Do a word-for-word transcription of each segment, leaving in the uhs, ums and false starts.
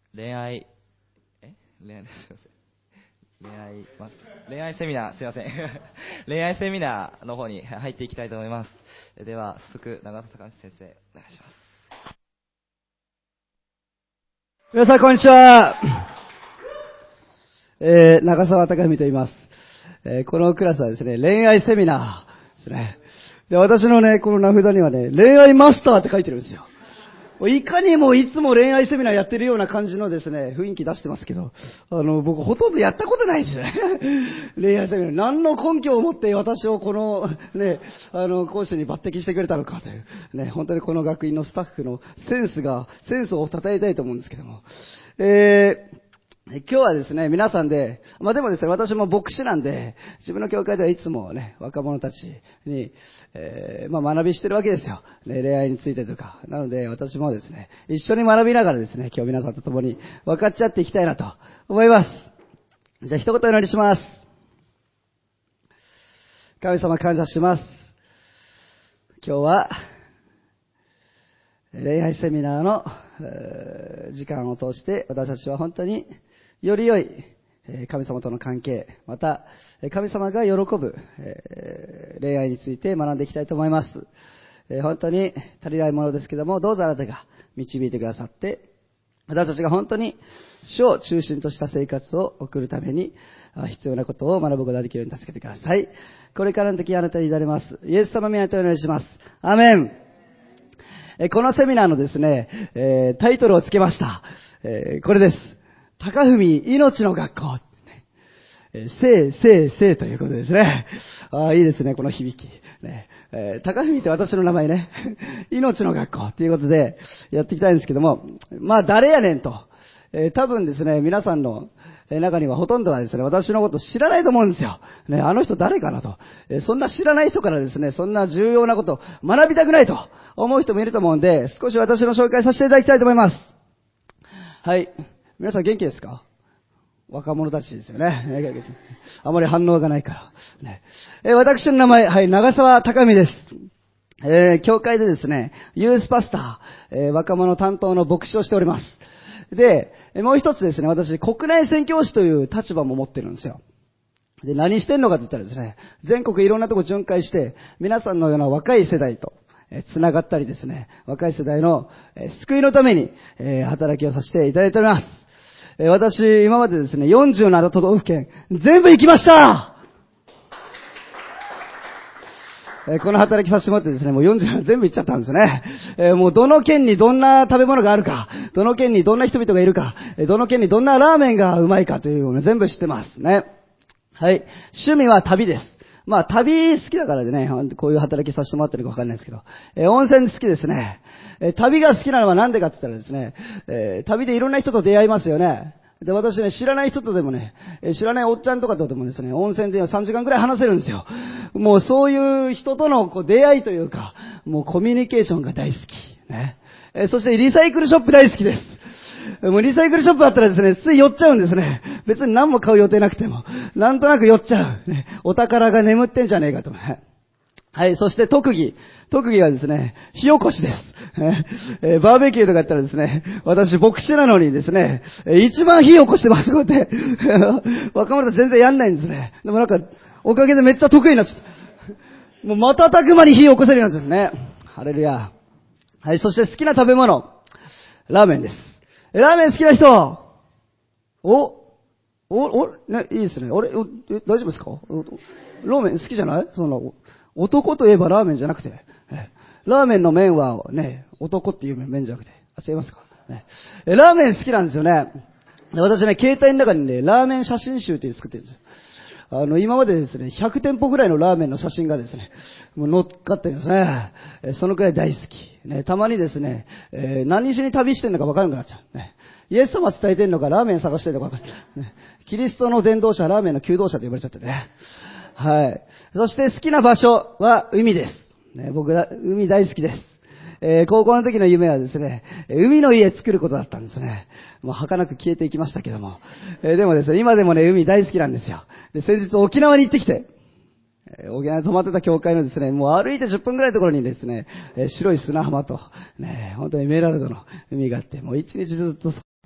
恋愛、え恋愛、すいません。恋愛、ま、恋愛セミナー、すいません。恋愛セミナーの方に入っていきたいと思います。では、早速、長田隆先生、お願いします。 皆さん、こんにちは。えー、長澤隆文と言います。えー、このクラスはですね、恋愛セミナーですね。で、私のね、この名札にはね、恋愛マスターって書いてるんですよ。いかにもいつも恋愛セミナーやってるような感じのですね、雰囲気出してますけど、あの、僕ほとんどやったことないですよね。恋愛セミナー。何の根拠を持って私をこの、ね、あの、講師に抜擢してくれたのかという、ね、本当にこの学院のスタッフのセンスが、センスを称えたいと思うんですけども。えー今日はですね、皆さんで、まあでもですね、私も牧師なんで、自分の教会ではいつもね、若者たちに、えー、まあ学びしてるわけですよ。ね、恋愛についてとか。なので、私もですね、一緒に学びながらですね、今日皆さんと共に分かっちゃっていきたいなと思います。じゃあ一言お祈りします。神様感謝します。今日は、恋愛セミナーの、えー、時間を通して私たちは本当により良い神様との関係、また神様が喜ぶ恋愛について学んでいきたいと思います。本当に足りないものですけども、どうぞあなたが導いてくださって、私たちが本当に主を中心とした生活を送るために必要なことを学ぶことができるように助けてください。これからの時あなたに委ねます。イエス様の御名でお願いします。アーメン。このセミナーのですね、えー、タイトルをつけました。えー、これです。高文命の学校。えー、生、生、生ということですね。ああ、いいですね、この響き。ねえー、高文って私の名前ね。命の学校ということでやっていきたいんですけども、まあ誰やねんと。えー、多分ですね、皆さんの中にはほとんどはですね、私のこと知らないと思うんですよ。ね、あの人誰かなと。えー、そんな知らない人からですね、そんな重要なこと学びたくないと思う人もいると思うんで、少し私の紹介させていただきたいと思います。はい。皆さん元気ですか？若者たちですよね。あまり反応がないから。ね、えー、私の名前、はい、長澤隆美です。えー、教会でですね、ユースパスター、えー、若者担当の牧師をしております。で、もう一つですね、私、国内宣教師という立場も持ってるんですよ。で、何してんのかと言ったらですね、全国いろんなとこ巡回して、皆さんのような若い世代と、えー、つながったりですね、若い世代の、えー、救いのために、えー、働きをさせていただいております。えー、私、今までですね、よんじゅうなな都道府県、全部行きました。この働きさせてもらってですね、もうよんじゅう全部行っちゃったんですね。えー、もうどの県にどんな食べ物があるか、どの県にどんな人々がいるか、どの県にどんなラーメンがうまいかというのを全部知ってますね。はい。趣味は旅です。まあ旅好きだからでね、こういう働きさせてもらってるかわかんないですけど、えー、温泉好きですね。えー、旅が好きなのはなんでかって言ったらですね、えー、旅でいろんな人と出会いますよね。で、私ね、知らない人とでもね、知らないおっちゃんとかとでもですね、温泉でさんじかんくらい話せるんですよ。もうそういう人とのこう出会いというか、もうコミュニケーションが大好き。ね。えそしてリサイクルショップ大好きです。もうリサイクルショップだったらですね、つい寄っちゃうんですね。別に何も買う予定なくても、なんとなく寄っちゃう。ね、お宝が眠ってんじゃねえかと。はい、そして特技。特技はですね、火起こしです。えー、バーベキューとかやったらですね、私牧師なのにですね、一番火起こしてます、こうやって。若者たち全然やんないんですね。でもなんか、おかげでめっちゃ得意になっちゃった。もう瞬く間に火起こせるようになっちゃうね。ハレルヤ。はい、そして好きな食べ物。ラーメンです。ラーメン好きな人おお、お、ね、いいですね。あれ、え、大丈夫ですか？ラーメン好きじゃない？そんな、男といえばラーメンじゃなくて、ね、ラーメンの麺はね、男っていう麺じゃなくて、あ、違いますか、ね、えラーメン好きなんですよね。私ね、携帯の中にね、ラーメン写真集っていうの作ってるんですよ。あの、今までですね、ひゃくてんぽぐらいのラーメンの写真がですね、もう乗っかってるんですね。えそのくらい大好き。ね、たまにですね、えー、何しに旅してんのか分からなくなっちゃう。ね、イエス様伝えてんのか、ラーメン探してんのか分からない。ね、キリストの伝道者、ラーメンの求道者と呼ばれちゃってね。はい。そして好きな場所は海です。ね、僕は海大好きです。えー、高校の時の夢はですね、海の家作ることだったんですね。もう儚く消えていきましたけども。えー、でもですね、今でもね、海大好きなんですよ。で、先日沖縄に行ってきて、えー、沖縄に泊まってた教会のですね、もう歩いてじゅっぷんくらいのところにですね、えー、白い砂浜と、ね、本当にエメラルドの海があって、もう一日ずっとそ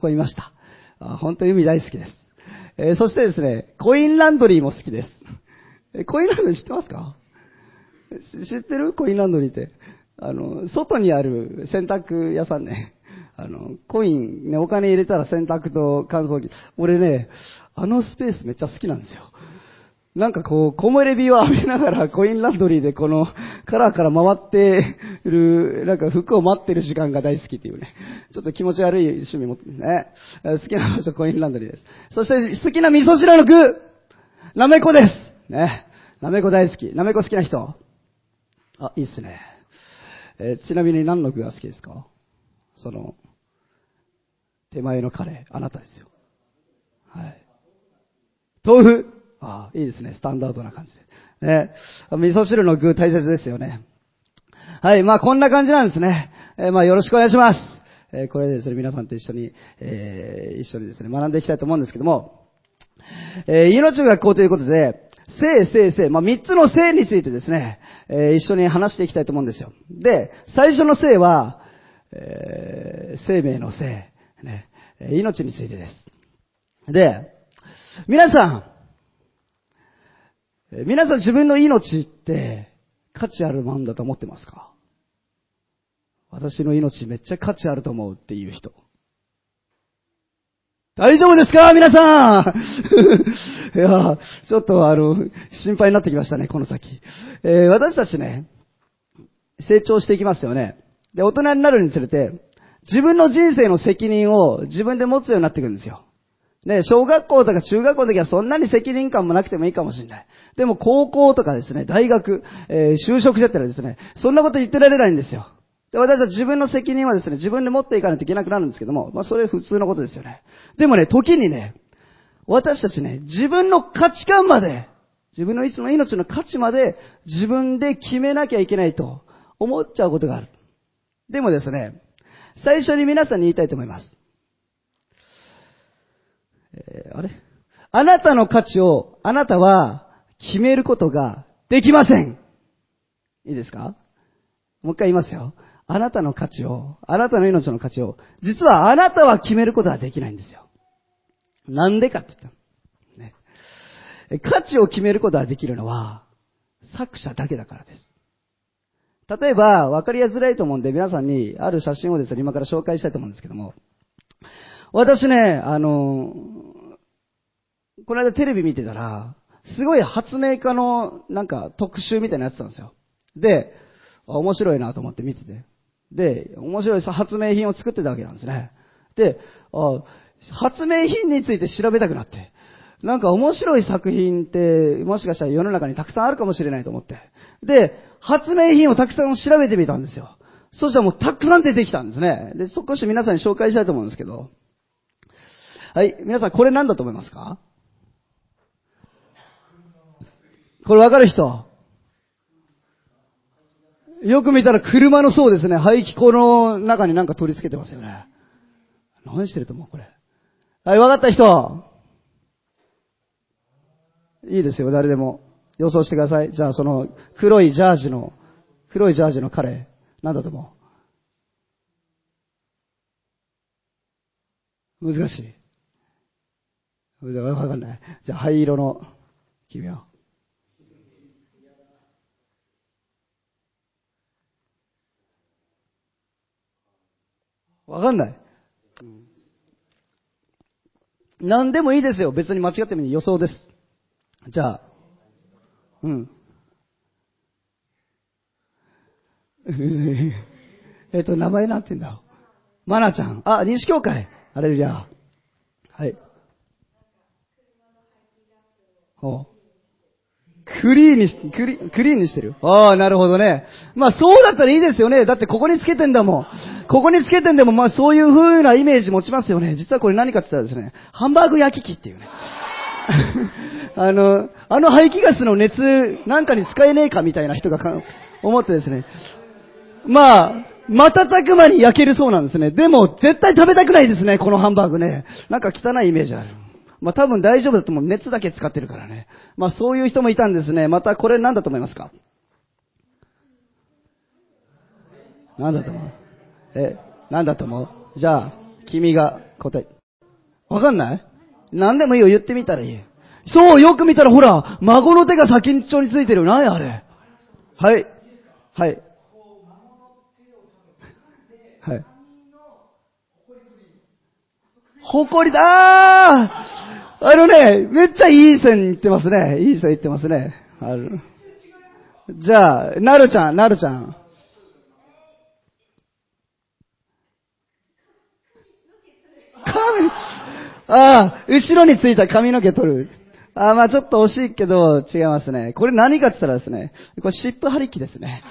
こいました。あ、本当に海大好きです。えー、そしてですね、コインランドリーも好きです。え、コインランドリー知ってますか？知ってる？コインランドリーって。あの、外にある洗濯屋さんね。あの、コインね、お金入れたら洗濯と乾燥機。俺ね、あのスペースめっちゃ好きなんですよ。なんかこう、木漏れ日を浴びながらコインランドリーでこの、カラーから回ってる、なんか服を待ってる時間が大好きっていうね。ちょっと気持ち悪い趣味持ってね。好きな場所コインランドリーです。そして好きな味噌汁の具なめこです。ね。なめこ大好き。なめこ好きな人？あ、いいっすね。えー、ちなみに何の具が好きですか？その、手前のカレー、あなたですよ。はい。豆腐。ああ、いいですね。スタンダードな感じで。ね。味噌汁の具大切ですよね。はい。まあ、こんな感じなんですね。えー、まあ、よろしくお願いします。えー、これでですね、皆さんと一緒に、えー、一緒にですね、学んでいきたいと思うんですけども、えー、命の学校ということで、生、生、生、まあ、三つの生についてですね、えー、一緒に話していきたいと思うんですよ。で、最初の生は、えー、生命の生、ね、命についてです。で、皆さん、皆さん自分の命って価値あるもんだと思ってますか？私の命めっちゃ価値あると思うっていう人。大丈夫ですか皆さんいや、ちょっとあの、心配になってきましたね、この先。えー、私たちね、成長していきますよね。で、大人になるにつれて、自分の人生の責任を自分で持つようになっていくんですよ。ね、小学校とか中学校の時はそんなに責任感もなくてもいいかもしれない。でも高校とかですね、大学、えー、就職してたらですね、そんなこと言ってられないんですよ。で、私は自分の責任はですね、自分で持っていかないといけなくなるんですけども、まあそれ普通のことですよね。でもね、時にね、私たちね、自分の価値観まで、自分のいつも命の価値まで自分で決めなきゃいけないと思っちゃうことがある。でもですね、最初に皆さんに言いたいと思います。えー、あれあなたの価値をあなたは決めることができません。いいですか？もう一回言いますよ。あなたの価値を、あなたの命の価値を、実はあなたは決めることはできないんですよ。なんでかって言ったの、ね。価値を決めることができるのは作者だけだからです。例えば、わかりやすいと思うんで、皆さんにある写真をですね、今から紹介したいと思うんですけども、私ね、あの、この間テレビ見てたら、すごい発明家のなんか特集みたいなやつなんですよ。で、面白いなと思って見てて。で、面白い発明品を作ってたわけなんですね。で、あ、発明品について調べたくなって。なんか面白い作品ってもしかしたら世の中にたくさんあるかもしれないと思って。で、発明品をたくさん調べてみたんですよ。そしたらもうたくさん出てきたんですね。で、少し皆さんに紹介したいと思うんですけど。はい、皆さんこれ何だと思いますか？これわかる人？よく見たら車のそうですね、排気口の中になんか取り付けてますよね。何してると思うこれ。はい、わかった人？いいですよ、誰でも。予想してください。じゃあその黒いジャージの、黒いジャージの彼、何だと思う？難しい。わかんない。じゃあ灰色の君は。わかんない。何でもいいですよ。別に間違ってもいい予想です。じゃあ、うん。えっと、名前なんて言うんだろう。マナちゃん。あ、西教会。あれじゃあ。はい。おクリーンにし、クリ、クリーンにしてる。ああ、なるほどね。まあそうだったらいいですよね。だってここにつけてんだもん。ここにつけてんでもまあそういう風なイメージ持ちますよね。実はこれ何かって言ったらですね、ハンバーグ焼き器っていうね。あの、あの排気ガスの熱なんかに使えねえかみたいな人がか思ってですね。まあ、瞬く間に焼けるそうなんですね。でも絶対食べたくないですね、このハンバーグね。なんか汚いイメージある。まあ多分大丈夫だと思う。熱だけ使ってるからね。まあそういう人もいたんですね。またこれ何だと思いますか？何だと思う？え、何だと思う？じゃあ、君が答え。 わかんない？何でもいいよ、言ってみたらいい。そう、よく見たらほら、孫の手が先っちょについてるよ。何あれ？はい。はい。はい。ほこりだーあのね、めっちゃいい線いってますね。いい線いってますね。ある。じゃあ、なるちゃん、なるちゃん。髪、ああ、後ろについた髪の毛取る。ああ、まあちょっと惜しいけど、違いますね。これ何かって言ったらですね、これ湿布張り機ですね。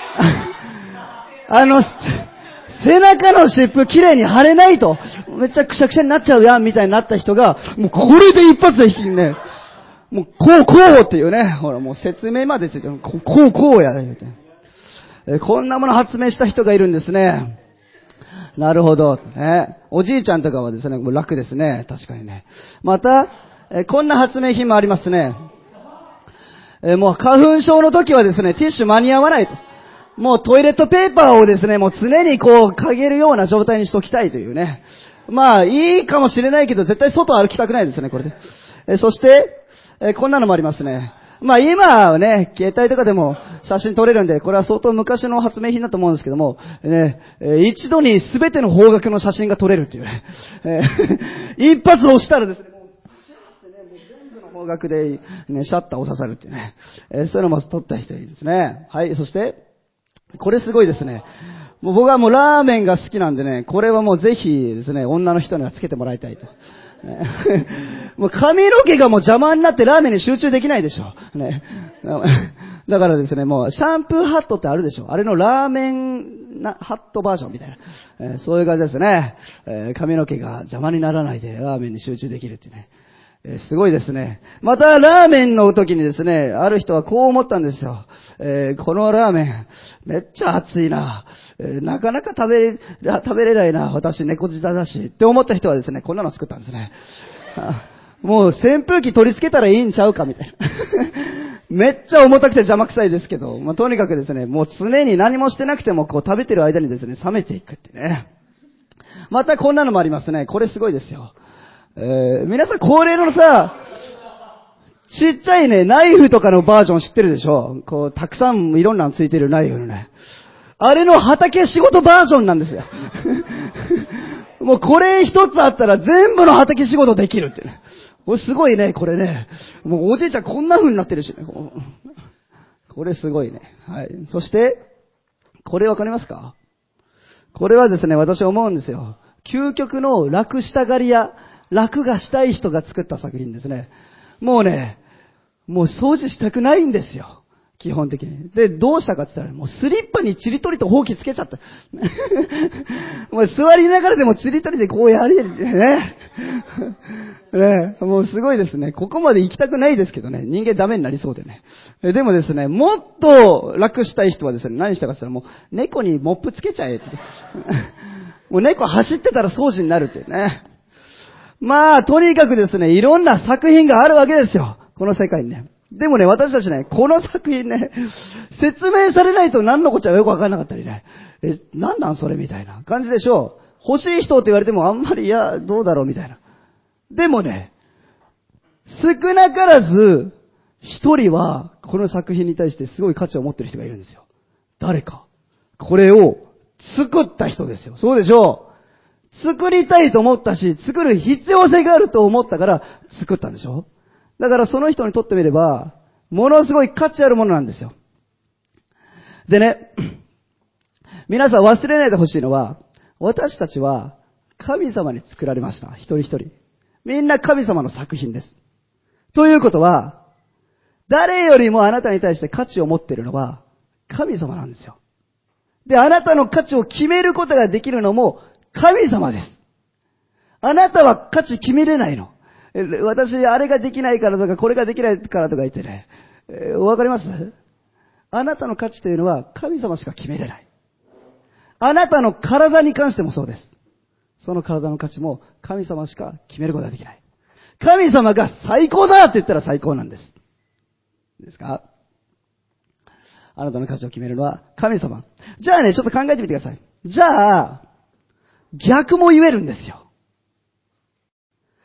あの、背中の湿布綺麗に貼れないと、めっちゃくしゃくしゃになっちゃうやん、みたいになった人が、もうこれで一発でね、もうこうこうっていうね、ほらもう説明までついてる、こうこうこうや、言うて。え、こんなもの発明した人がいるんですね。なるほど。ね、おじいちゃんとかはですね、もう楽ですね。確かにね。また、えこんな発明品もありますね。えもう花粉症の時はですね、ティッシュ間に合わないと。もうトイレットペーパーをですね、もう常にこう、かげるような状態にしときたいというね。まあ、いいかもしれないけど、絶対外歩きたくないですね、これで。えそして、えこんなのもありますね。まあ今はね、携帯とかでも写真撮れるんで、これは相当昔の発明品だと思うんですけども、ね、一度に全ての方角の写真が撮れるっていうね。えー、一発押したらですね、もう、シャーってね、もう全部の方角で、ね、シャッターを押ささるっていうね。えー、そういうのも撮った人いいですね。はい、そして、これすごいですね。もう僕はもうラーメンが好きなんでね、これはもうぜひですね、女の人にはつけてもらいたいと。もう髪の毛がもう邪魔になってラーメンに集中できないでしょ。ね、だからですね、もうシャンプーハットってあるでしょ。あれのラーメンなハットバージョンみたいな。えー、そういう感じですね、えー。髪の毛が邪魔にならないでラーメンに集中できるってね。えー、すごいですね。またラーメンの時にですね、ある人はこう思ったんですよ。えー、このラーメン、めっちゃ熱いな。えー、なかなか食べれ、食べれないな。私猫舌だし。って思った人はですね、こんなの作ったんですね。もう扇風機取り付けたらいいんちゃうかみたいな。めっちゃ重たくて邪魔くさいですけど、まあ、とにかくですね、もう常に何もしてなくてもこう食べてる間にですね、冷めていくってね。またこんなのもありますね。これすごいですよ。えー、皆さん恒例のさ、ちっちゃいね、ナイフとかのバージョン知ってるでしょ？こう、たくさんいろんなのついてるナイフのね。あれの畑仕事バージョンなんですよ。もうこれ一つあったら全部の畑仕事できるってね。これすごいね、これね。もうおじいちゃんこんな風になってるしね。これすごいね。はい。そして、これわかりますか？これはですね、私思うんですよ。究極の楽したがり屋、楽がしたい人が作った作品ですね。もうね、もう掃除したくないんですよ。基本的に。で、どうしたかって言ったら、もうスリッパにチリトリとほうきつけちゃった。もう座りながらでもチリトリでこうやりやりね。ね、もうすごいですね。ここまで行きたくないですけどね。人間ダメになりそうでね。でもですね、もっと楽したい人はですね、何したかって言ったらもう猫にモップつけちゃえって。もう猫走ってたら掃除になるってね。まあ、とにかくですね、いろんな作品があるわけですよ。この世界にね。でもね、私たちね、この作品ね、説明されないと何のこっちゃよくわかんなかったりね。え、なんなんそれみたいな感じでしょう。欲しい人って言われてもあんまり、いや、どうだろうみたいな。でもね、少なからず、一人は、この作品に対してすごい価値を持ってる人がいるんですよ。誰か。これを作った人ですよ。そうでしょう。作りたいと思ったし、作る必要性があると思ったから作ったんでしょ。だからその人にとってみれば、ものすごい価値あるものなんですよ。でね、皆さん忘れないでほしいのは、私たちは神様に作られました。一人一人。みんな神様の作品です。ということは、誰よりもあなたに対して価値を持っているのは神様なんですよ。で、あなたの価値を決めることができるのも神様です。あなたは価値決めれないの。私、あれができないからとか、これができないからとか言ってね。えー、わかります？あなたの価値というのは神様しか決めれない。あなたの体に関してもそうです。その体の価値も神様しか決めることができない。神様が最高だって言ったら最高なんです。ですか？あなたの価値を決めるのは神様。じゃあね、ちょっと考えてみてください。じゃあ、逆も言えるんですよ。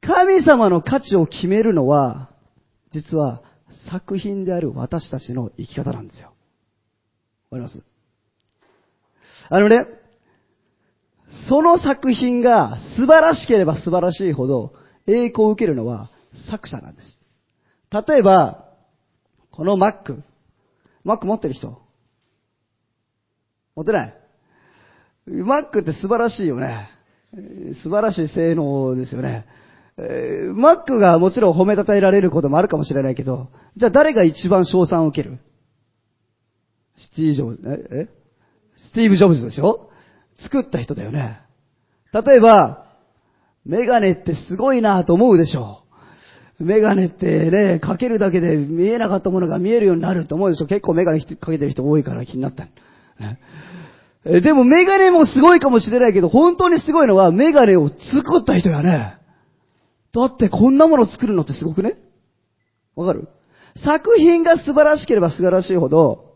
神様の価値を決めるのは、実は作品である私たちの生き方なんですよ。わかります？あのね、その作品が素晴らしければ素晴らしいほど栄光を受けるのは作者なんです。例えば、この Mac。Mac 持ってる人？持ってない？ Mac って素晴らしいよね。素晴らしい性能ですよね。えー、Mac がもちろん褒めたたえられることもあるかもしれないけど、じゃあ誰が一番称賛を受ける？スティーブ・ジョブズ、え？え？スティーブ・ジョブズでしょ？作った人だよね。例えば、メガネってすごいなと思うでしょう。メガネってね、かけるだけで見えなかったものが見えるようになると思うでしょ。結構メガネかけてる人多いから気になった。ね、でもメガネもすごいかもしれないけど、本当にすごいのはメガネを作った人やね。だってこんなもの作るのってすごくね？わかる？作品が素晴らしければ素晴らしいほど、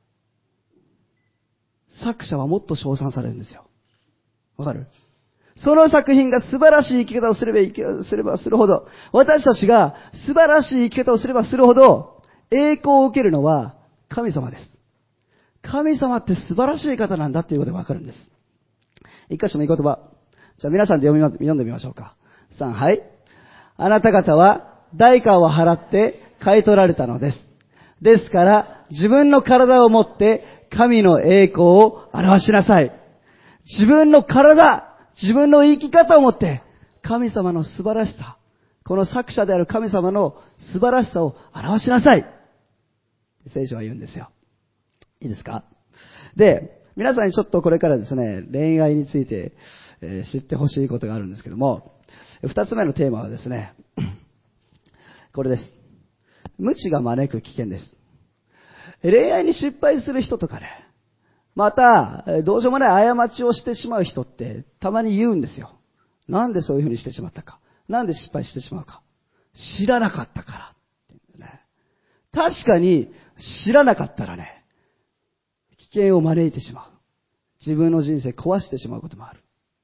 作者はもっと称賛されるんですよ。わかる？その作品が素晴らしい生き方をすれば、すればするほど、私たちが素晴らしい生き方をすればするほど、栄光を受けるのは神様です。神様って素晴らしい方なんだっていうことがわかるんです。一箇所の御言葉。じゃあ皆さんで読み、読んでみましょうか。さん、はい。あなた方は代価を払って買い取られたのです。ですから、自分の体をもって神の栄光を表しなさい。自分の体、自分の生き方をもって神様の素晴らしさ、この作者である神様の素晴らしさを表しなさい。聖書は言うんですよ。いいですか？で、皆さんにちょっとこれからですね、恋愛について、えー、知ってほしいことがあるんですけども、二つ目のテーマはですね、これです。無知が招く危険です。恋愛に失敗する人とかね、また、どうしようもない過ちをしてしまう人ってたまに言うんですよ。なんでそういうふうにしてしまったか。なんで失敗してしまうか。知らなかったから。ね、確かに知らなかったらね、危険を招いてしまう。自分の人生壊してしまうこともある。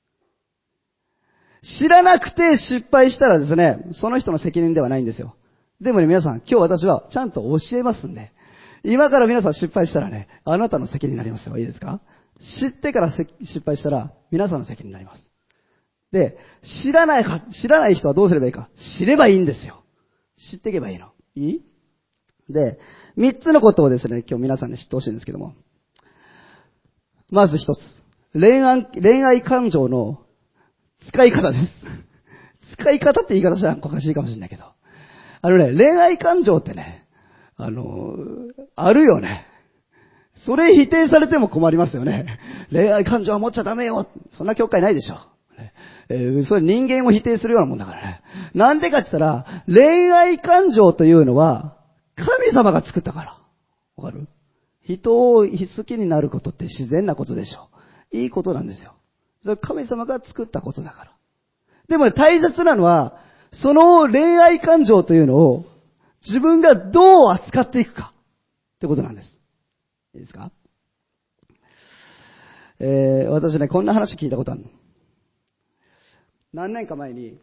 知らなくて失敗したらですね、その人の責任ではないんですよ。でもね、皆さん、今日私はちゃんと教えますんで、今から皆さん失敗したらね、あなたの責任になりますよ。いいですか？知ってから失敗したら、皆さんの責任になります。で、知らないか、知らない人はどうすればいいか。知ればいいんですよ。知っていけばいいの。いい？で、三つのことをですね、今日皆さんに知ってほしいんですけども。まず一つ。恋愛、恋愛感情の使い方です。使い方って言い方したらおかしいかもしれないけど。あのね、恋愛感情ってね、あの、あるよね。それ否定されても困りますよね。恋愛感情は持っちゃダメよ。そんな教会ないでしょ。えー、それ人間を否定するようなもんだからね。なんでかって言ったら、恋愛感情というのは神様が作ったから。わかる？人を好きになることって自然なことでしょ。いいことなんですよ。それ神様が作ったことだから。でも大切なのは、その恋愛感情というのを自分がどう扱っていくかってことなんです。いいですか？えー、私ね、こんな話聞いたことあるの。何年か前に、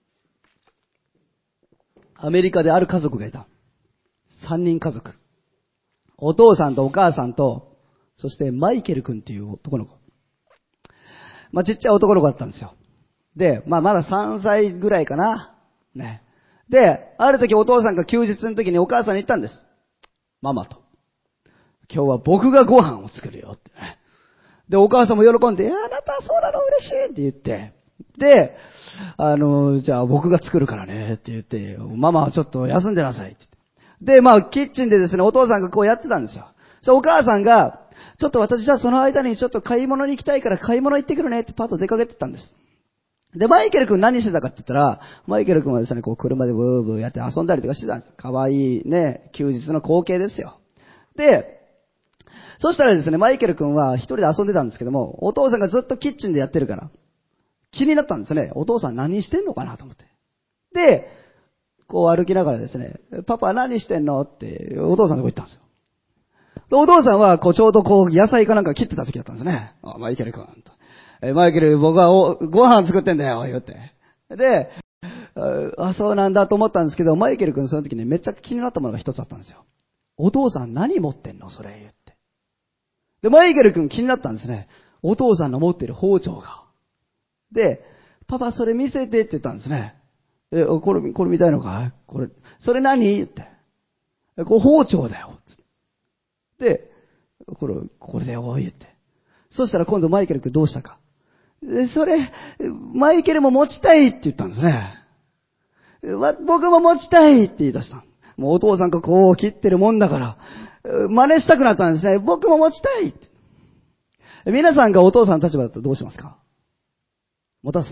アメリカである家族がいた。三人家族。お父さんとお母さんと、そしてマイケル君っていう男の子。まあ、ちっちゃい男の子だったんですよ。で、まあ、まださんさいぐらいかな。ね。で、ある時お父さんが休日の時にお母さんに言ったんです。ママと。今日は僕がご飯を作るよってね。で、お母さんも喜んで、あなたそうなの嬉しいって言って、で、あの、じゃあ僕が作るからねって言って、ママはちょっと休んでなさいって言って。で、まあ、キッチンでですね、お父さんがこうやってたんですよ。そお母さんが、ちょっと私じゃあその間にちょっと買い物に行きたいから買い物行ってくるねってパッと出かけてたんです。で、マイケル君何してたかって言ったら、マイケル君はですね、こう車でブーブーやって遊んだりとかしてたんです。かわいいね、休日の光景ですよ。で、そしたらですね、マイケル君は一人で遊んでたんですけども、お父さんがずっとキッチンでやってるから、気になったんですね。お父さん何してんのかなと思って。で、こう歩きながらですね、パパ何してんのってお父さんのとこ行ったんですよ。お父さんはこうちょうどこう野菜かなんか切ってた時だったんですね。あ、マイケル君と。え、マイケル僕はおご飯作ってんだよ、言って。で、 あ、そうなんだと思ったんですけど、マイケル君その時ね、めっちゃ気になったものが一つあったんですよ。お父さん何持ってんのそれ言って。で、マイケル君気になったんですね。お父さんの持ってる包丁が。で、パパそれ見せてって言ったんですね。え、これ、これ見たいのかこれ、それ何言って。これ包丁だよ。で、これ、これだよ、言って。そしたら今度マイケル君どうしたか。で、それ、マイケルも持ちたいって言ったんですね。僕も持ちたいって言い出した。もうお父さんがこう切ってるもんだから、真似したくなったんですね。僕も持ちたいって。皆さんがお父さんの立場だったらどうしますか？持たす？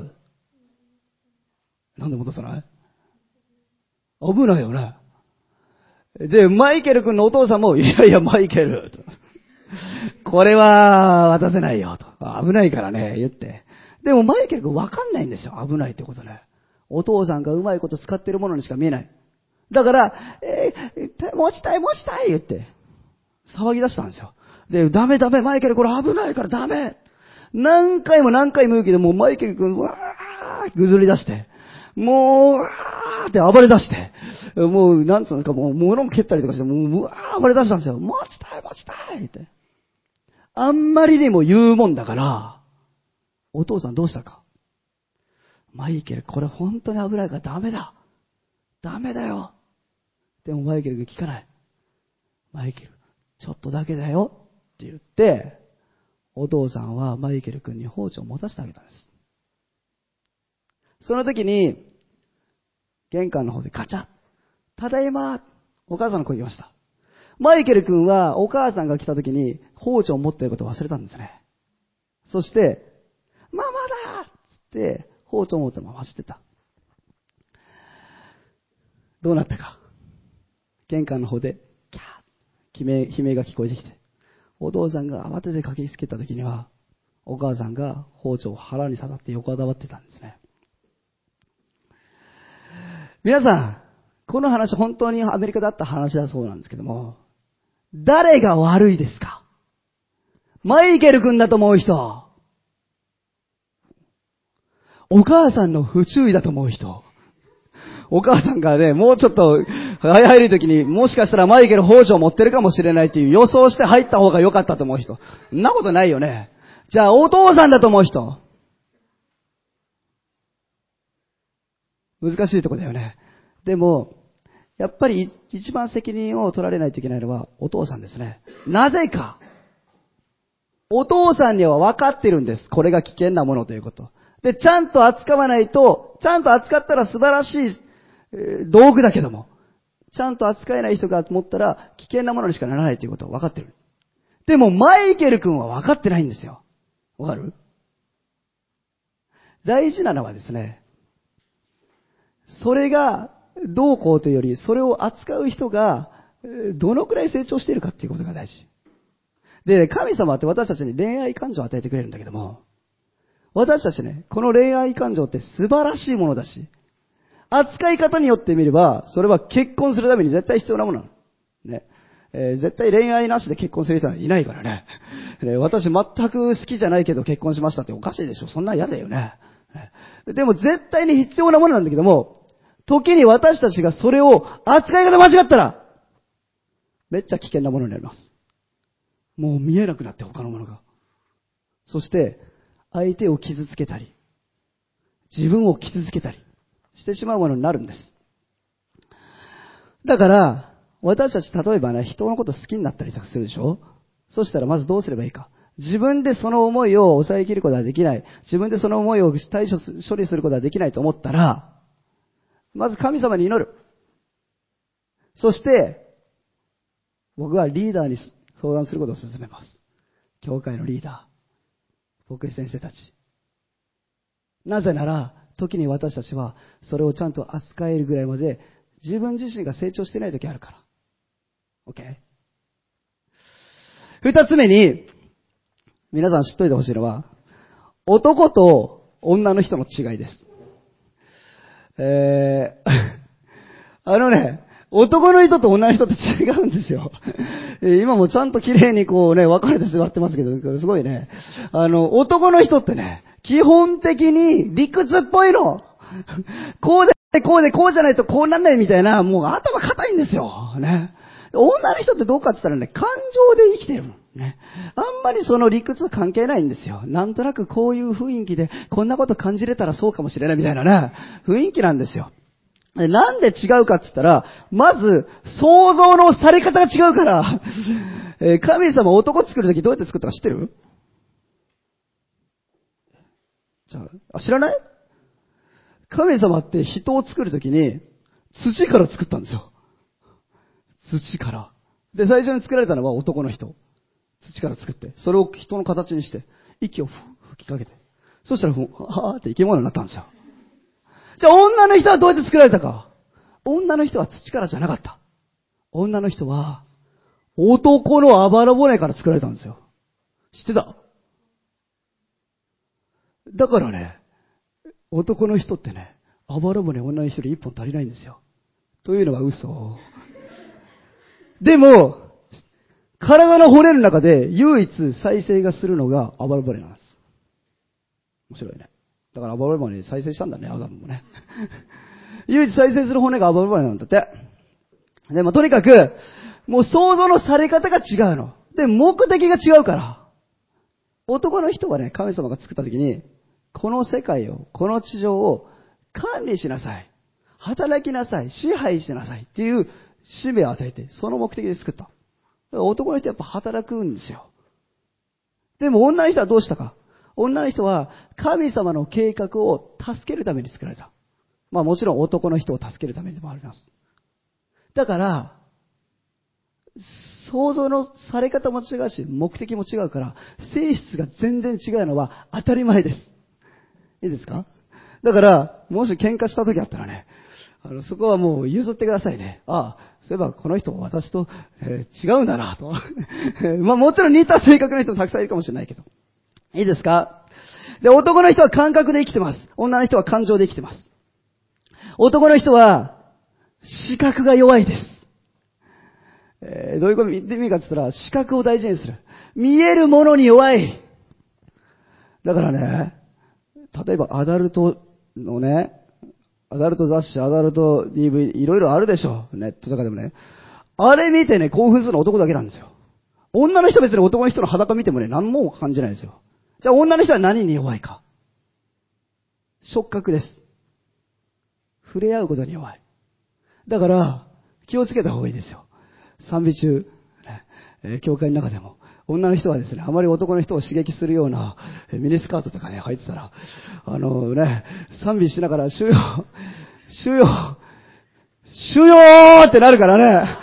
なんで持たさない？危ないよね。で、マイケル君のお父さんも、いやいや、マイケル。これは渡せないよと。危ないからね、言って。でもマイケル君わかんないんですよ。危ないってことね。お父さんがうまいこと使ってるものにしか見えない。だから、えー、持ちたい持ちたい言って、騒ぎ出したんですよ。で、ダメダメ、マイケルこれ危ないからダメ。何回も何回も言うけど、もうマイケル君、わーぐずり出して、もう、わーって暴れ出して、もう、なんつうんですか、もう、物も蹴ったりとかして、もう、うわー暴れ出したんですよ。持ちたい持ちたいって。あんまりにも言うもんだから、お父さんどうしたか。マイケル、これ本当に危ないからダメだ。ダメだよ。でもマイケルが聞かない。マイケル、ちょっとだけだよって言って、お父さんはマイケル君に包丁を持たせてあげたんです。その時に、玄関の方でカチャッ。ただいま、お母さんの声が来ました。マイケル君はお母さんが来た時に包丁を持っていることを忘れたんですね。そして、ママだっつって包丁を持ったまま走ってた。どうなったか。玄関の方で、キャー、悲鳴が聞こえてきて、お父さんが慌てて駆けつけた時には、お母さんが包丁を腹に刺さって横たわってたんですね。皆さん、この話本当にアメリカだった話だそうなんですけども、誰が悪いですか？マイケル君だと思う人、お母さんの不注意だと思う人、お母さんがね、もうちょっと入るときにもしかしたらマイケル包丁持ってるかもしれないっていう予想して入った方が良かったと思う人、そんなことないよね。じゃあお父さんだと思う人、難しいとこだよね。でもやっぱり一番責任を取られないといけないのはお父さんですね。なぜかお父さんには分かってるんです。これが危険なものということ。で、ちゃんと扱わないと、ちゃんと扱ったら素晴らしい、えー、道具だけども、ちゃんと扱えない人が持ったら危険なものにしかならないということを分かってる。でもマイケル君は分かってないんですよ。分かる？大事なのはですね、それがどうこうというより、それを扱う人がどのくらい成長しているかっていうことが大事。で、神様って私たちに恋愛感情を与えてくれるんだけども、私たちね、この恋愛感情って素晴らしいものだし、扱い方によってみれば、それは結婚するために絶対必要なものなの。ね。えー、絶対恋愛なしで結婚する人はいないからね。ね、私全く好きじゃないけど結婚しましたっておかしいでしょ。そんな嫌だよね。ね、でも絶対に必要なものなんだけども、時に私たちがそれを扱い方間違ったら、めっちゃ危険なものになります。もう見えなくなって他のものが。そして、相手を傷つけたり、自分を傷つけたりしてしまうものになるんです。だから、私たち例えばね、人のこと好きになったりとかするでしょ？そしたらまずどうすればいいか。自分でその思いを抑えきることはできない。自分でその思いを対処、処理することはできないと思ったら、まず神様に祈る。そして、僕はリーダーに相談することを勧めます。教会のリーダー、牧師先生たち。なぜなら、時に私たちはそれをちゃんと扱えるぐらいまで自分自身が成長してない時あるから。OK？ 二つ目に、皆さん知っといてほしいのは、男と女の人の違いです。えー、あのね、男の人と女の人って違うんですよ。今もちゃんと綺麗にこうね、分かれて座ってますけど、すごいね。あの、男の人ってね、基本的に理屈っぽいの。 こうで、こうで、こうじゃないとこうなんないみたいな、もう頭固いんですよ。ね。女の人ってどうかって言ったらね、感情で生きてるの。ね。あんまりその理屈関係ないんですよ。なんとなくこういう雰囲気で、こんなこと感じれたらそうかもしれないみたいなね、雰囲気なんですよ。なんで違うかって言ったら、まず、想像のされ方が違うから、えー、神様男作るときどうやって作ったか知ってる？じゃあ、あ、知らない？神様って人を作るときに、土から作ったんですよ。土から。で、最初に作られたのは男の人。土から作って、それを人の形にして、息を吹きかけて。そしたら、はーって生き物になったんですよ。じゃあ女の人はどうやって作られたか。女の人は土からじゃなかった。女の人は、男のあばら骨から作られたんですよ。知ってた？だからね、男の人ってね、あばら骨女の人で一本足りないんですよ。というのは嘘。でも、体の骨の中で唯一再生がするのがあばら骨なんです。面白いね。だからあばら骨再生したんだね、アダムもね。唯一再生する骨があばら骨なんだって。でもとにかく、もう想像のされ方が違うの。で、目的が違うから。男の人はね、神様が作った時に、この世界を、この地上を管理しなさい。働きなさい。支配しなさい。っていう使命を与えて、その目的で作った。だから男の人はやっぱ働くんですよ。でも女の人はどうしたか。女の人は神様の計画を助けるために作られた。まあもちろん男の人を助けるためにもあります。だから、想像のされ方も違うし、目的も違うから、性質が全然違うのは当たり前です。いいですか？だから、もし喧嘩した時あったらね、あの、そこはもう譲ってくださいね。ああ、そういえばこの人私と、えー、違うんだなと。まあもちろん似た性格の人もたくさんいるかもしれないけど。いいですか？で、男の人は感覚で生きてます。女の人は感情で生きてます。男の人は、視覚が弱いです。えー、どういう意味かって言ったら、視覚を大事にする。見えるものに弱い。だからね、例えばアダルトのね、アダルト雑誌、アダルト ディーブイ、いろいろあるでしょ。ネットとかでもね。あれ見てね、興奮するの男だけなんですよ。女の人は別に男の人の裸見てもね、何も感じないですよ。じゃあ女の人は何に弱いか。触覚です。触れ合うことに弱い。だから、気をつけた方がいいですよ。賛美中、ねえー、教会の中でも、女の人はですね、あまり男の人を刺激するようなミニスカートとかね、履いてたら、あのね、賛美しながら、収容、収容、収容ってなるからね。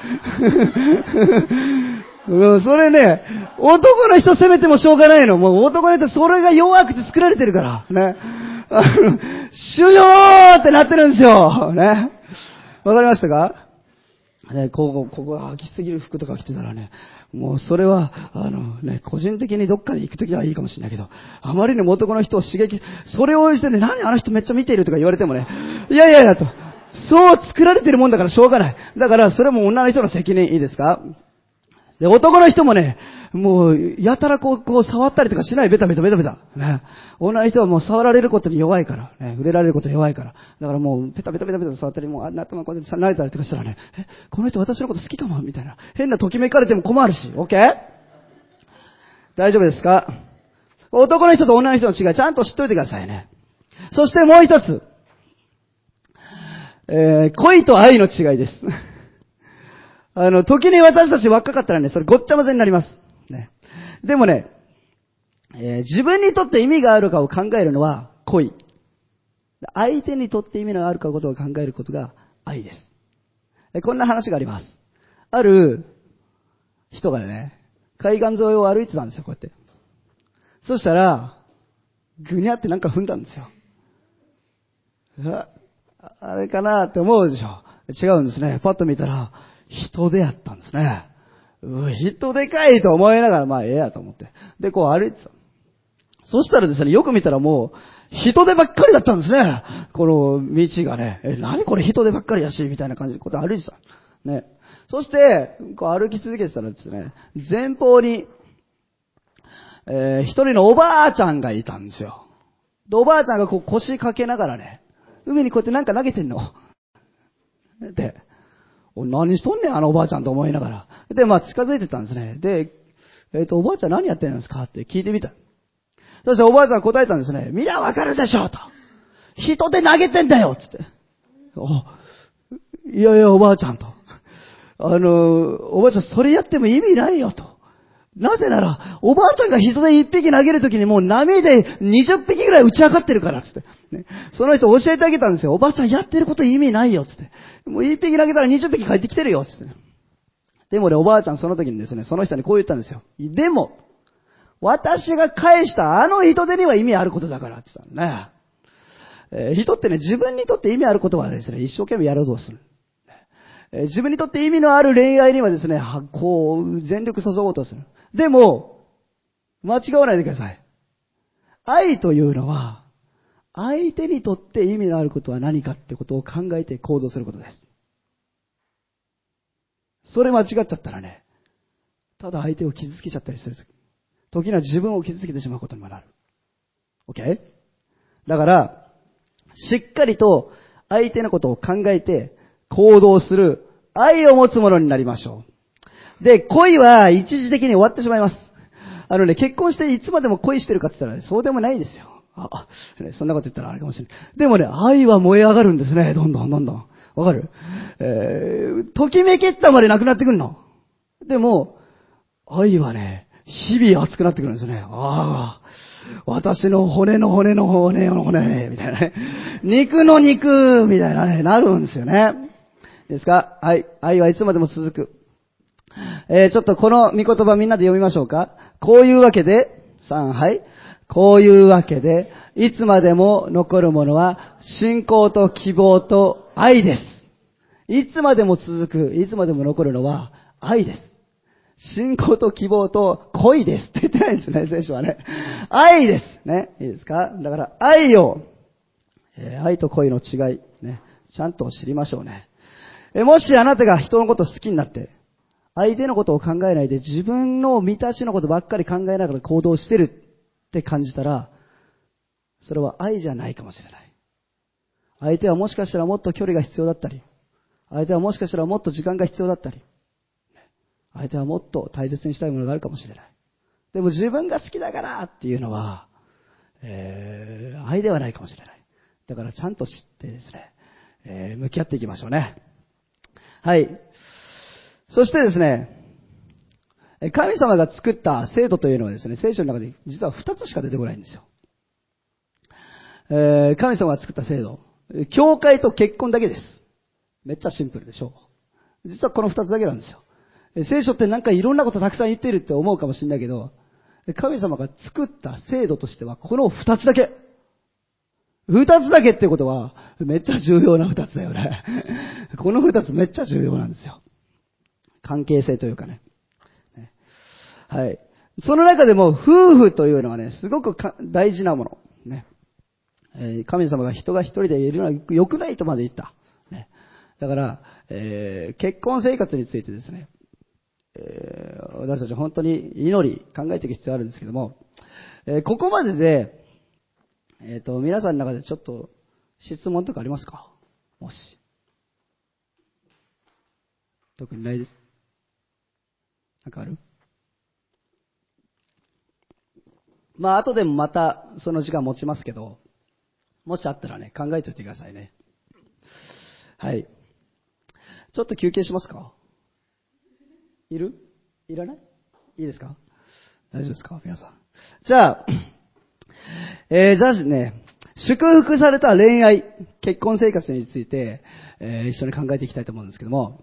うん、それね、男の人責めてもしょうがないの。もう男の人それが弱くて作られてるから。ね。あの、収容ってなってるんですよ。ね。わかりましたか？ね、ここ、ここが飽きすぎる服とか着てたらね、もうそれは、あのね、個人的にどっかで行くときはいいかもしれないけど、あまりにも男の人を刺激、それをしてね、何あの人めっちゃ見ているとか言われてもね、いやいやいやと、そう作られてるもんだからしょうがない。だからそれも女の人の責任、いいですか？で、男の人もね、もう、やたらこう、こう、触ったりとかしない、ベタベタベタベタ。ね。女の人はもう触られることに弱いから、ね。触れられることに弱いから。だからもう、ペタベタベタベタ触ったり、もう、あ、頭こうやって撫でたりとかしたらね、え、この人私のこと好きかもみたいな。変なときめかれても困るし、オッケー？大丈夫ですか？男の人と女の人の違い、ちゃんと知っといてくださいね。そしてもう一つ。えー、恋と愛の違いです。あの、時に私たち若かったらね、それごっちゃ混ぜになります。ね。でもね、えー、自分にとって意味があるかを考えるのは恋。相手にとって意味のあるかことを考えることが愛です。えこんな話があります。ある人がね、海岸沿いを歩いてたんですよ、こうやって。そしたら、ぐにゃってなんか踏んだんですよ。あ、あれかなって思うでしょ。違うんですね。パッと見たら、人でやったんですね。う人でかいと思いながら、まあええやと思って。で、こう歩いてた。そしたらですね、よく見たらもう、人でばっかりだったんですね。この道がね。え、何これ人でばっかりやし、みたいな感じでこう歩いてた。ね。そして、こう歩き続けてたらですね、前方に、えー、一人のおばあちゃんがいたんですよ。で、おばあちゃんがこう腰掛けながらね、 海にこうやってなんか投げてんの。で、お何しとんねん、あのおばあちゃんと思いながら。で、まあ近づいてったんですね。で、えっと、おばあちゃん何やってんですかって聞いてみた。そしておばあちゃん答えたんですね。見りゃわかるでしょと。人で投げてんだよつって。お、いやいやおばあちゃんと。あの、おばあちゃんそれやっても意味ないよと。なぜなら、おばあちゃんが人で一匹投げるときにもう波で二十匹ぐらい打ち上がってるからつって。ね、その人教えてあげたんですよ。おばあちゃんやってること意味ないよつって。もう一匹投げたら二十匹帰ってきてるよつって。でもね、おばあちゃんその時にですね、その人にこう言ったんですよ。でも、私が返したあの人手には意味あることだからって言ったのね。えー、人ってね、自分にとって意味あることはですね、一生懸命やろうとする。えー、自分にとって意味のある恋愛にはですね、はこう、全力注ごうとする。でも、間違わないでください。愛というのは、相手にとって意味のあることは何かってことを考えて行動することです。それ間違っちゃったらね、ただ相手を傷つけちゃったりするとき、時には自分を傷つけてしまうことにもなる。OK？ だから、しっかりと相手のことを考えて行動する愛を持つものになりましょう。で、恋は一時的に終わってしまいます。あのね、結婚していつまでも恋してるかって言ったら、ね、そうでもないですよ。あ、ね、そんなこと言ったらあれかもしれない。でもね、愛は燃え上がるんですね。どんどんどんどん。わかる？えー、ときめきったまでなくなってくるの。でも、愛はね、日々熱くなってくるんですね。ああ、私の骨の骨の骨の骨、みたいなね。肉の肉、みたいなね、なるんですよね。いいですか？はい。愛はいつまでも続く。えー、ちょっとこの御言葉みんなで読みましょうか。こういうわけで、さん、はい。こういうわけで、いつまでも残るものは、信仰と希望と愛です。いつまでも続く、いつまでも残るのは愛です。信仰と希望と恋ですって言ってないんですね、聖書はね。愛です。ね。いいですか？だから愛を、えー、愛と恋の違い、ね。ちゃんと知りましょうね。えー、もしあなたが人のことを好きになって、相手のことを考えないで自分の満たしのことばっかり考えながら行動してるって感じたら、それは愛じゃないかもしれない。相手はもしかしたらもっと距離が必要だったり、相手はもしかしたらもっと時間が必要だったり、相手はもっと大切にしたいものがあるかもしれない。でも自分が好きだからっていうのは、えー、愛ではないかもしれない。だからちゃんと知ってですね、えー、向き合っていきましょうね。はい。そしてですね、神様が作った制度というのはですね、聖書の中で実は二つしか出てこないんですよ。えー、神様が作った制度。教会と結婚だけです。めっちゃシンプルでしょう。実はこの二つだけなんですよ。聖書ってなんかいろんなことたくさん言ってるって思うかもしれないけど、神様が作った制度としてはこの二つだけ。二つだけってことはめっちゃ重要な二つだよね。この二つめっちゃ重要なんですよ。関係性というかね。はい。その中でも夫婦というのはね、すごく大事なもの。ね。えー、神様が人が一人でいるのは良くないとまで言った。ね。だから、えー、結婚生活についてですね、えー、私たち本当に祈り考えていく必要あるんですけども、えー、ここまでで、えっと、皆さんの中でちょっと質問とかありますか？もし。特にないです。なんかある？まあ、後でもまたその時間持ちますけど、もしあったらね、考えておいてくださいね。はい。ちょっと休憩しますか？いる？いらない？いいですか？大丈夫ですか？皆さん。じゃあ、えー、じゃあですね、祝福された恋愛、結婚生活について、えー、一緒に考えていきたいと思うんですけども、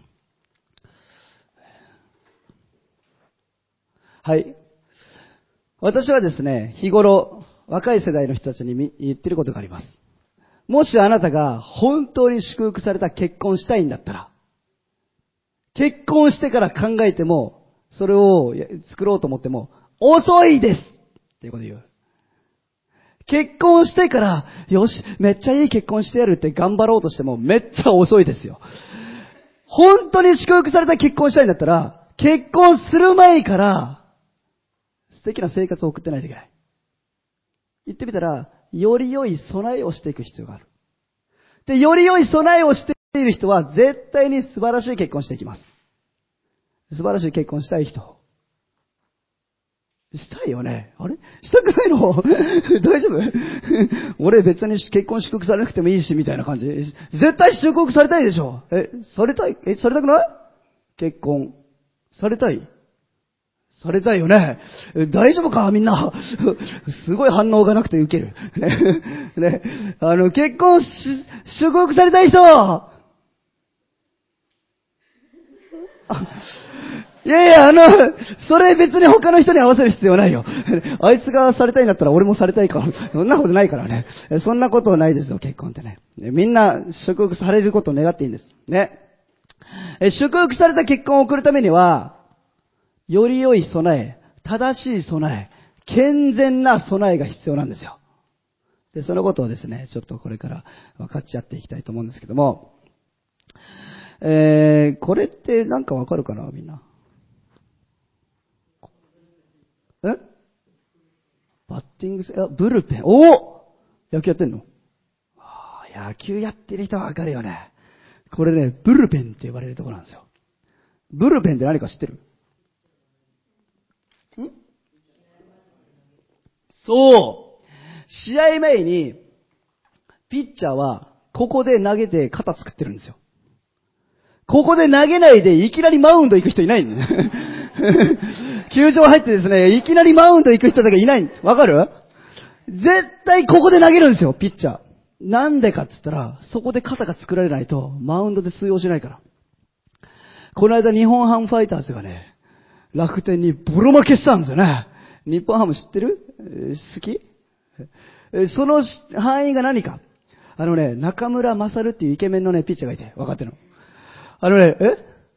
はい。私はですね、日頃、若い世代の人たちに言ってることがあります。もしあなたが本当に祝福された結婚したいんだったら、結婚してから考えても、それを作ろうと思っても、遅いですっていうことを言う。結婚してから、よし、めっちゃいい結婚してやるって頑張ろうとしても、めっちゃ遅いですよ。本当に祝福された結婚したいんだったら、結婚する前から、素敵な生活を送ってないといけない。言ってみたら、より良い備えをしていく必要がある。 で、より良い備えをしている人は絶対に素晴らしい結婚していきます。素晴らしい結婚したい人。したいよね。あれしたくないの大丈夫俺別に結婚祝福されなくてもいいし、みたいな感じ。絶対祝福されたいでしょ。え、されたいえ、されたくない結婚。されたいされたいよね。大丈夫かみんな。すごい反応がなくてウケる。ね。ね。あの、結婚し、祝福されたい人いやいや、あの、それ別に他の人に合わせる必要ないよ。あいつがされたいんだったら俺もされたいから。そんなことないからね。そんなことないですよ、結婚ってね。みんな祝福されることを願っていいんです。ね。祝福された結婚を送るためには、より良い備え、正しい備え、健全な備えが必要なんですよ。で、そのことをですね、ちょっとこれから分かち合っていきたいと思うんですけども、えー、これってなんかわかるかなみんな。えバッティングセ、あ、ブルペン。おお野球やってんのあ野球やってる人はわかるよね。これね、ブルペンって呼ばれるところなんですよ。ブルペンって何か知ってるんそう試合前に、ピッチャーは、ここで投げて肩作ってるんですよ。ここで投げないでいきなりマウンド行く人いないんだね。球場入ってですね、いきなりマウンド行く人だけいないんです。わかる絶対ここで投げるんですよ、ピッチャー。なんでかって言ったら、そこで肩が作られないと、マウンドで通用しないから。この間日本ハムファイターズがね、楽天にボロ負けしたんですよね。日本ハム知ってる？好き？その範囲が何か。あのね、中村勝っていうイケメンのね、ピッチャーがいて、分かってるの。あのね、え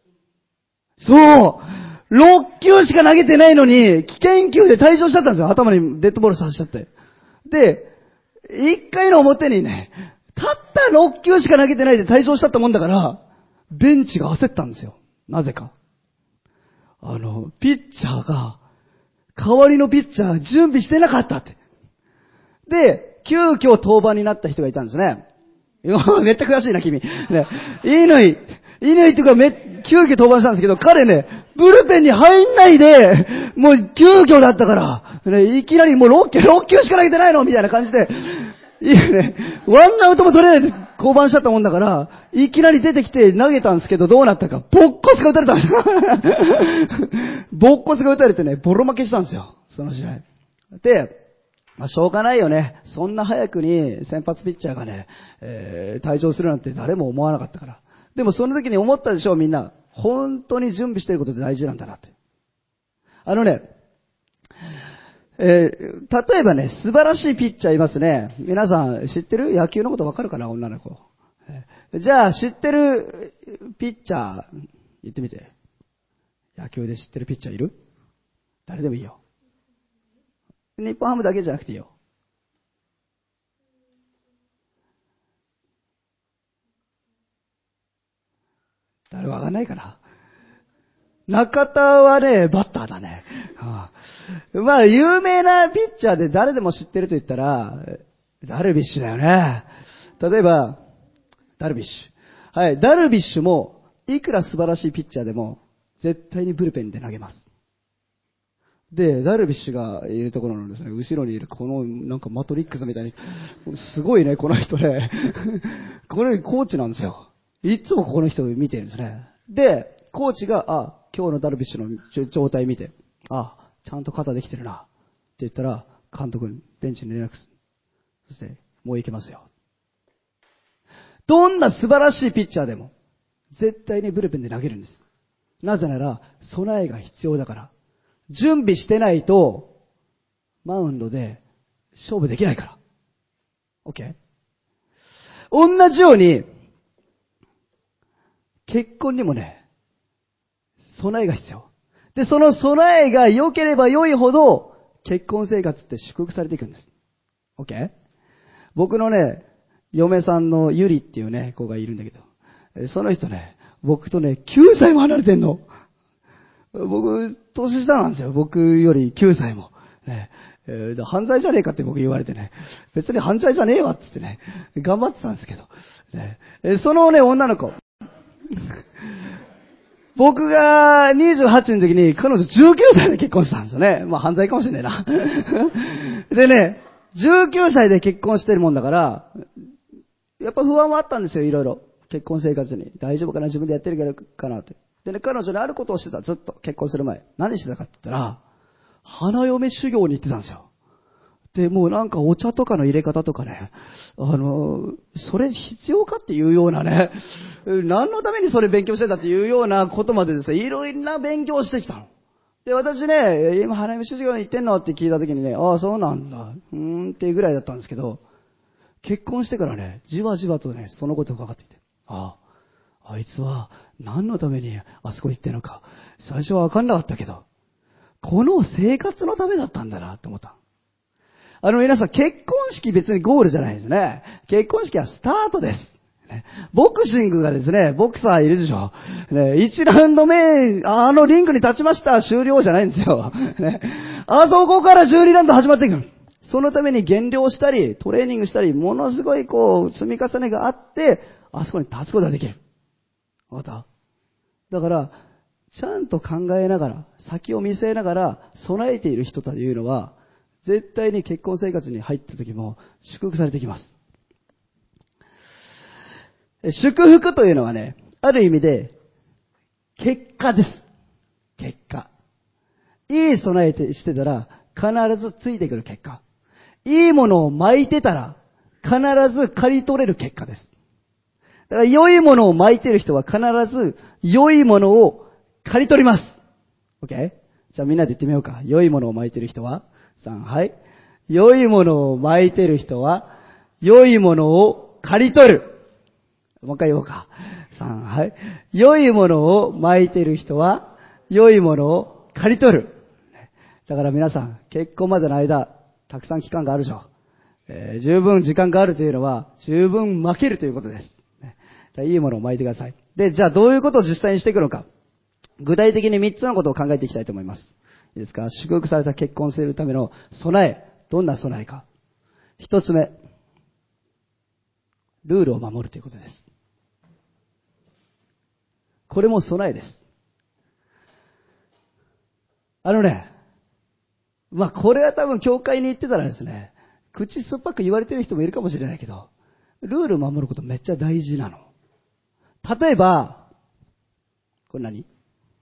そうろっきゅうしか投げてないのに、危険球で退場しちゃったんですよ。頭にデッドボールさせちゃって。で、いっかいの表にね、たったろっきゅうしか投げてないで退場しちゃったもんだから、ベンチが焦ったんですよ。なぜか。あの、ピッチャーが、代わりのピッチャー準備してなかったって。で、急遽登板になった人がいたんですね。めっちゃ悔しいな、君。ね、乾、乾っていうかめ、急遽登板したんですけど、彼ね、ブルペンに入んないで、もう急遽だったから、ね、いきなりもうろっきゅう、ろっきゅうしか投げてないのみたいな感じで、いいね、ワンアウトも取れないで降板しちゃったもんだから、いきなり出てきて投げたんですけど、どうなったか、ボッコスが打たれたんですボッコスが打たれてね、ボロ負けしたんですよ、その試合。で、まあ、しょうがないよね。そんな早くに先発ピッチャーがね、えー、退場するなんて誰も思わなかったから。でもその時に思ったでしょう、みんな。本当に準備していることって大事なんだなって。あのね、えー、例えばね、素晴らしいピッチャーいますね。皆さん知ってる？野球のことわかるかな、女の子。えー、じゃあ知ってるピッチャー、言ってみて。野球で知ってるピッチャーいる？誰でもいいよ。日本ハムだけじゃなくていいよ。誰わかんないかな。中田はね、バッターだね。はあ、まあ、有名なピッチャーで誰でも知ってると言ったら、ダルビッシュだよね。例えば、ダルビッシュ。はい、ダルビッシュも、いくら素晴らしいピッチャーでも、絶対にブルペンで投げます。で、ダルビッシュがいるところのですね、後ろにいるこのなんかマトリックスみたいに、すごいね、この人ね。これコーチなんですよ。いつもこの人を見てるんですね。で、コーチが、あ、今日のダルビッシュの状態見て、あ、ちゃんと肩できてるな。って言ったら、監督にベンチに連絡する。そして、もう行けますよ。どんな素晴らしいピッチャーでも、絶対にブルペンで投げるんです。なぜなら、備えが必要だから。準備してないと、マウンドで勝負できないから。OK？ 同じように、結婚にもね、備えが必要。で、その備えが良ければ良いほど、結婚生活って祝福されていくんです。OK？ 僕のね、嫁さんのゆりっていうね、子がいるんだけど、その人ね、僕とね、きゅうさいも離れてんの。僕、年下なんですよ。僕よりきゅうさいも。ね、 えー、犯罪じゃねえかって僕言われてね、別に犯罪じゃねえわってってね、頑張ってたんですけど、ね、えー、そのね、女の子、僕がにじゅうはちの時に彼女じゅうきゅうさいで結婚したんですよね。まあ犯罪かもしれないな。でね、じゅうきゅうさいで結婚してるもんだから、やっぱ不安はあったんですよ、いろいろ。結婚生活に。大丈夫かな、自分でやってるかなって。でね、彼女にあることをしてた、ずっと結婚する前。何してたかって言ったら、花嫁修行に行ってたんですよ。で、もうなんかお茶とかの入れ方とかね、あの、それ必要かっていうようなね、何のためにそれ勉強してたっていうようなことまでですね、いろいろな勉強をしてきたの。で、私ね、今花嫁修行に行ってんのって聞いたときにね、ああ、そうなんだ、うーんっていうぐらいだったんですけど、結婚してからね、じわじわとね、そのことが分かってきて、ああ、あいつは何のためにあそこ行ってんのか、最初は分かんなかったけど、この生活のためだったんだなと思った。あの皆さん、結婚式別にゴールじゃないですね。結婚式はスタートです。ね、ボクシングがですね、ボクサーいるでしょ。ね、いちラウンド目、あのリングに立ちました、終了じゃないんですよ。ね、あそこからじゅうにラウンド始まっていく。そのために減量したり、トレーニングしたり、ものすごいこう、積み重ねがあって、あそこに立つことができる。わかった？だから、ちゃんと考えながら、先を見据えながら、備えている人というのは、絶対に結婚生活に入った時も祝福されてきます。祝福というのはね、ある意味で結果です。結果。いい備えてしてたら必ずついてくる結果。いいものを巻いてたら必ず刈り取れる結果です。だから良いものを巻いてる人は必ず良いものを刈り取ります。OK？ じゃあみんなで言ってみようか。良いものを巻いてる人はさん、はい。良いものを巻いてる人は、良いものを刈り取る。もう一回言おうか。さん、はい。良いものを巻いてる人は、良いものを刈り取る。だから皆さん、結婚までの間、たくさん期間があるでしょ。えー、十分時間があるというのは、十分巻けるということです。いいものを巻いてください。で、じゃあどういうことを実際にしていくのか。具体的にみっつのことを考えていきたいと思います。いいですか？祝福された結婚するための備え。どんな備えか。一つ目。ルールを守るということです。これも備えです。あのね、まあ、これは多分教会に行ってたらですね、口酸っぱく言われてる人もいるかもしれないけど、ルールを守ることめっちゃ大事なの。例えば、これ何？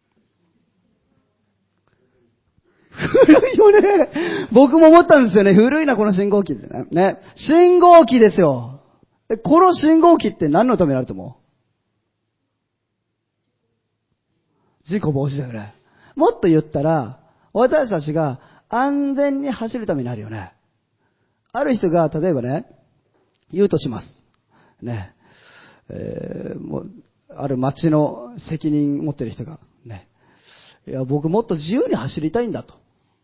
古いよね。僕も思ったんですよね。古いな、この信号機ってね。ね。信号機ですよ。この信号機って何のためにあると思う？事故防止だよね。もっと言ったら、私たちが安全に走るためにあるよね。ある人が、例えばね、言うとします。ね。えー、もう、ある町の責任持ってる人が、ね。いや、僕もっと自由に走りたいんだと。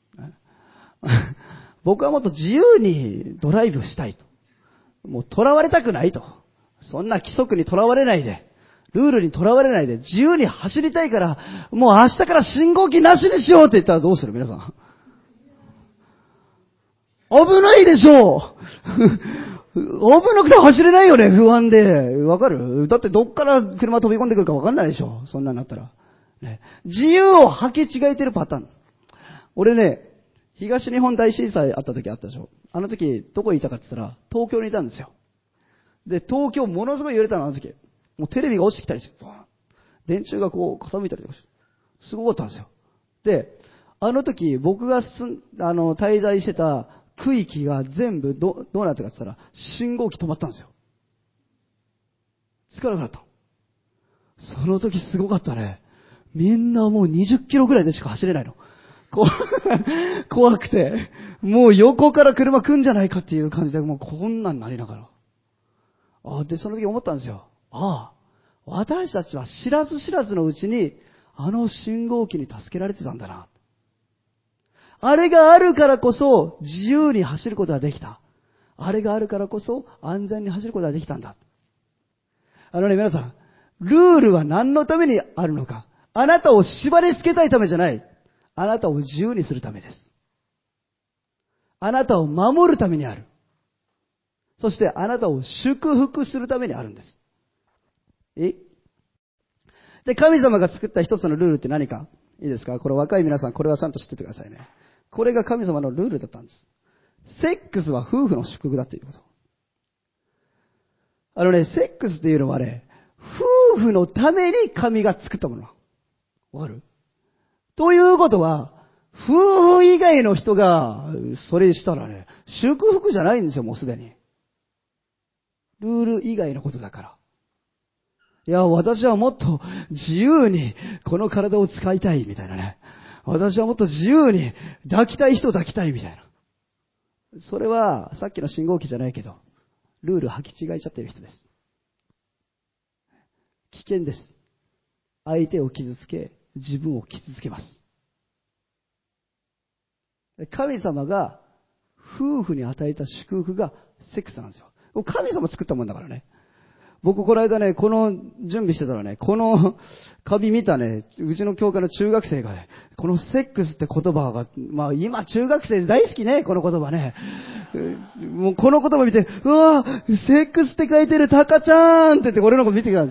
僕はもっと自由にドライブしたいと。もう囚われたくないと。そんな規則に囚われないで、ルールに囚われないで、自由に走りたいから、もう明日から信号機なしにしようって言ったらどうする皆さん。危ないでしょう。危なくて走れないよね、不安で。わかる？だってどっから車飛び込んでくるかわかんないでしょ。そんなになったら。ね、自由を履き違えてるパターン。俺ね、東日本大震災あった時あったでしょ。あの時、どこにいたかって言ったら、東京にいたんですよ。で、東京ものすごい揺れたの、あの時。もうテレビが落ちてきたりして、電柱がこう傾いたりとかして、すごかったんですよ。で、あの時、僕がすん、あの、滞在してた区域が全部ど、どうなったかって言ったら、信号機止まったんですよ。つかなくなった。その時すごかったね。みんなもうにじゅっキロぐらいでしか走れないの。こ怖くて、もう横から車来んじゃないかっていう感じで、もうこんなんなりながら。あで、その時思ったんですよ。ああ、私たちは知らず知らずのうちに、あの信号機に助けられてたんだな。あれがあるからこそ、自由に走ることができた。あれがあるからこそ、安全に走ることができたんだ。あのね、皆さん、ルールは何のためにあるのか。あなたを縛り付けたいためじゃない。あなたを自由にするためです。 あなたを守るためにある。そしてあなたを祝福するためにあるんです。えで、神様が作った一つのルールって何かいいですか？これ若い皆さん、これはちゃんと知っててくださいね。これが神様のルールだったんです。セックスは夫婦の祝福だということ。あのね、セックスっていうのはね、夫婦のために神が作ったもの。わかる？ということは、夫婦以外の人がそれしたらね、祝福じゃないんですよ、もうすでに。ルール以外のことだから。いや、私はもっと自由にこの体を使いたいみたいなね。私はもっと自由に抱きたい人抱きたいみたいな。それはさっきの信号機じゃないけど、ルール履き違えちゃってる人です。危険です。相手を傷つけ、自分を傷つけます。神様が夫婦に与えた祝福がセックスなんですよ。神様作ったもんだからね。僕この間ね、この準備してたらね、このカビ見たね、うちの教会の中学生がね、このセックスって言葉が、まあ今中学生大好きね、この言葉ね。もうこの言葉見て、うわぁ、セックスって書いてるタカちゃーんって言って俺の子見てきたんです。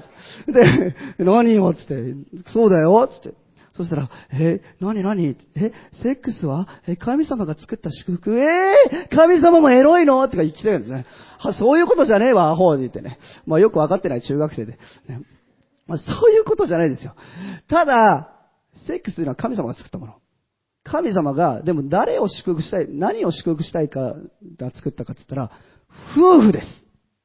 で、何よつって、そうだよつって。そしたら、え、何何え、セックスはえ、神様が作った祝福えー、神様もエロいのって言ってるんですね。は、そういうことじゃねえわ、アホって言ってね。まあよくわかってない中学生で。ね、まあそういうことじゃないですよ。ただ、セックスというのは神様が作ったもの。神様が、でも誰を祝福したい、何を祝福したいかが作ったかって言ったら、夫婦です。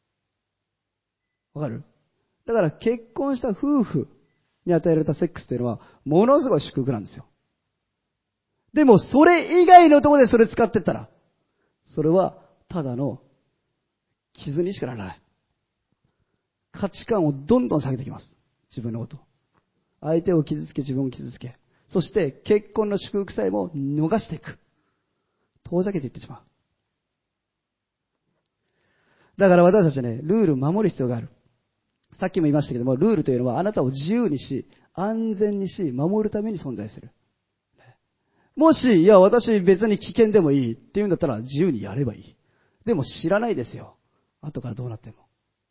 わかる？だから結婚した夫婦に与えられたセックスというのは、ものすごい祝福なんですよ。でも、それ以外のところでそれ使ってったら、それは、ただの、傷にしかならない。価値観をどんどん下げてきます。自分のこと。相手を傷つけ、自分を傷つけ。そして、結婚の祝福さえも逃していく。遠ざけていってしまう。だから私たちはね、ルールを守る必要がある。さっきも言いましたけども、ルールというのはあなたを自由にし、安全にし、守るために存在する。もし、いや、私別に危険でもいいって言うんだったら自由にやればいい。でも知らないですよ。後からどうなっても。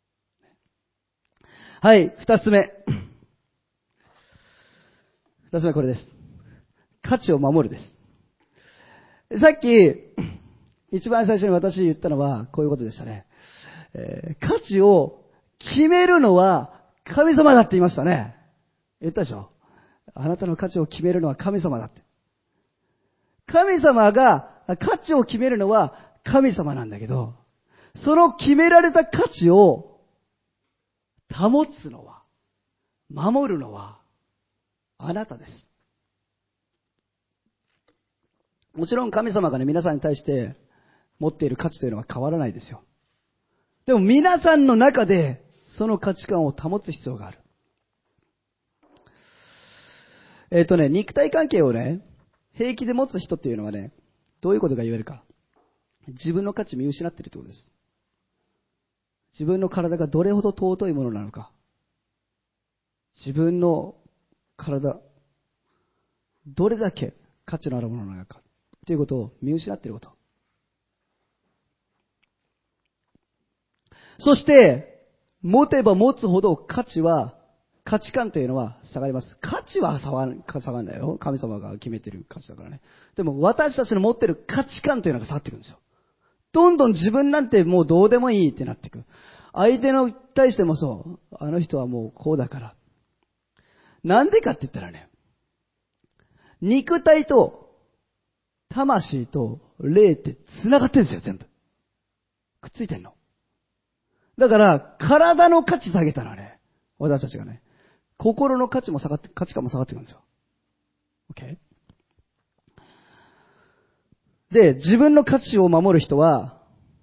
はい、二つ目。二つ目これです。価値を守るです。さっき、一番最初に私言ったのはこういうことでしたね。えー、価値を決めるのは神様だって言いましたね。言ったでしょ？あなたの価値を決めるのは神様だって。神様が価値を決めるのは神様なんだけど、その決められた価値を保つのは、守るのはあなたです。もちろん神様がね、皆さんに対して持っている価値というのは変わらないですよ。でも皆さんの中でその価値観を保つ必要がある。えっとね、肉体関係をね、平気で持つ人っていうのはね、どういうことが言えるか。自分の価値見失っているということです。自分の体がどれほど尊いものなのか。自分の体、どれだけ価値のあるものなのか。ということを見失っていること。そして、持てば持つほど価値は、価値観というのは下がります。価値は下がらないよ。神様が決めている価値だからね。でも私たちの持っている価値観というのが下がっていくんですよ。どんどん自分なんてもうどうでもいいってなっていく。相手の対してもそう。あの人はもうこうだから。なんでかって言ったらね、肉体と魂と霊って繋がってるんですよ、全部。くっついてんの。だから、体の価値下げたらね、私たちがね、心の価値も下がって、価値観も下がってくるんですよ。OK？ で、自分の価値を守る人は、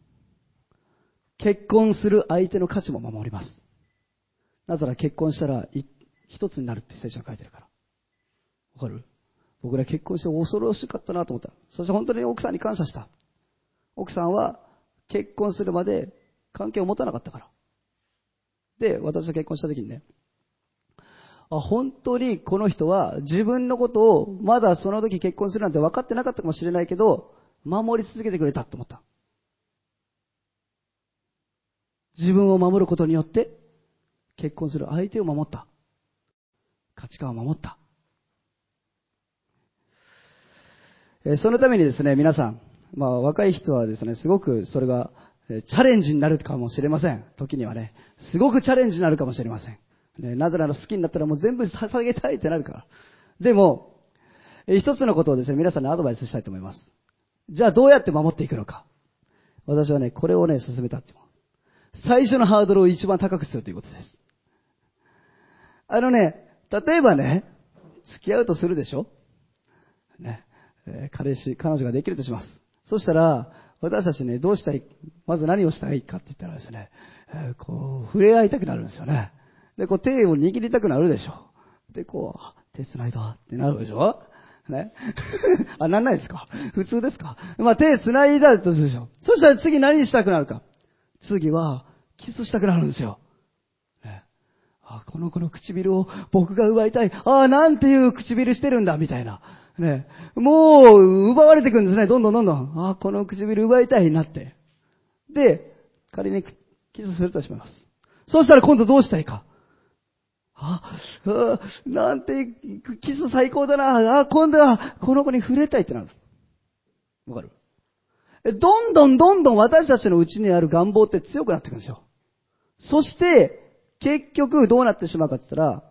結婚する相手の価値も守ります。なぜなら結婚したら一つになるって聖書が書いてるから。わかる？僕ら結婚して恐ろしかったなと思った。そして本当に奥さんに感謝した。奥さんは結婚するまで関係を持たなかったから。で、私と結婚した時にね、あ、本当にこの人は自分のことをまだその時結婚するなんて分かってなかったかもしれないけど、 守り続けてくれたと思った。自分を守ることによって結婚する相手を守った。価値観を守った。そのためにですね、皆さん、まあ若い人はですね、すごくそれがチャレンジになるかもしれません。時にはね、すごくチャレンジになるかもしれません。ね、なぜなら好きになったらもう全部捧げたいってなるから。でも、一つのことをですね、皆さんにアドバイスしたいと思います。じゃあどうやって守っていくのか。私はね、これをね、進めたって思う。最初のハードルを一番高くするということです。あのね、例えばね、付き合うとするでしょね、えー、彼氏、彼女ができるとします。そしたら、私たちね、どうしたい、まず何をしたいかって言ったらですね、えー、こう、触れ合いたくなるんですよね。で、こう、手を握りたくなるでしょ。で、こう、手繋いだってなるでしょね。あ、なんないですか普通ですか。まあ、手繋いだとするでしょ。そしたら次何したくなるか。次は、キスしたくなるんですよ。ね、あ、この子の唇を僕が奪いたい。ああ、なんていう唇してるんだ、みたいな。ね。もう、奪われていくんですね。どんどんどんどん。ああ、この唇奪いたいになって。で、仮にキスするとします。そうしたら今度どうしたいか。あ、あなんて、キス最高だな。あ、今度はこの子に触れたいってなる。わかる？どんどんどんどん私たちのうちにある願望って強くなっていくんですよ。そして、結局どうなってしまうかって言ったら、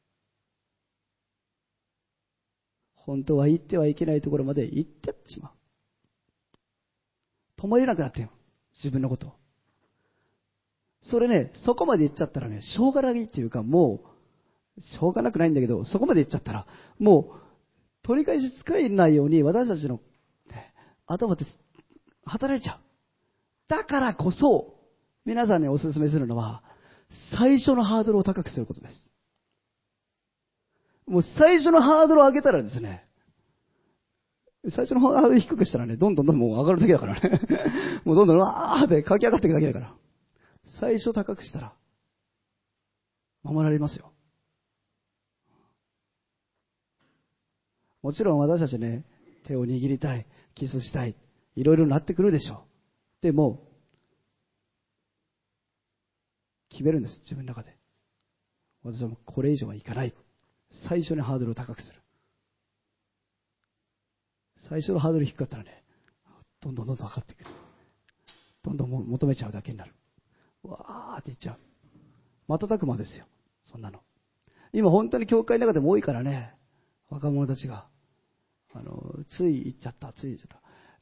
本当は言ってはいけないところまで行ってやってしまう。止まれなくなってる。自分のことを。それね、そこまで言っちゃったらね、しょうがないっていうか、もう、しょうがなくないんだけど、そこまで言っちゃったら、もう、取り返しつかないように私たちの、ね、頭って働いちゃう。だからこそ、皆さんにお勧めするのは、最初のハードルを高くすることです。もう最初のハードルを上げたらですね、最初のハードル低くしたらね、どんどんどんどんもう上がるだけだからね。もうどんどんわーって駆け上がっていくだけだから。最初高くしたら、守られますよ。もちろん私たちね、手を握りたい、キスしたい、いろいろなってくるでしょう。でも、決めるんです、自分の中で。私はもうこれ以上はいかない。最初にハードルを高くする。最初のハードル低かったらね、どんどんどんどん上がってくる。どんどんも求めちゃうだけになる。わーって言っちゃう。瞬く間ですよ、そんなの。今本当に教会の中でも多いからね、若者たちが、あの、つい言っちゃった、つい言っちゃった。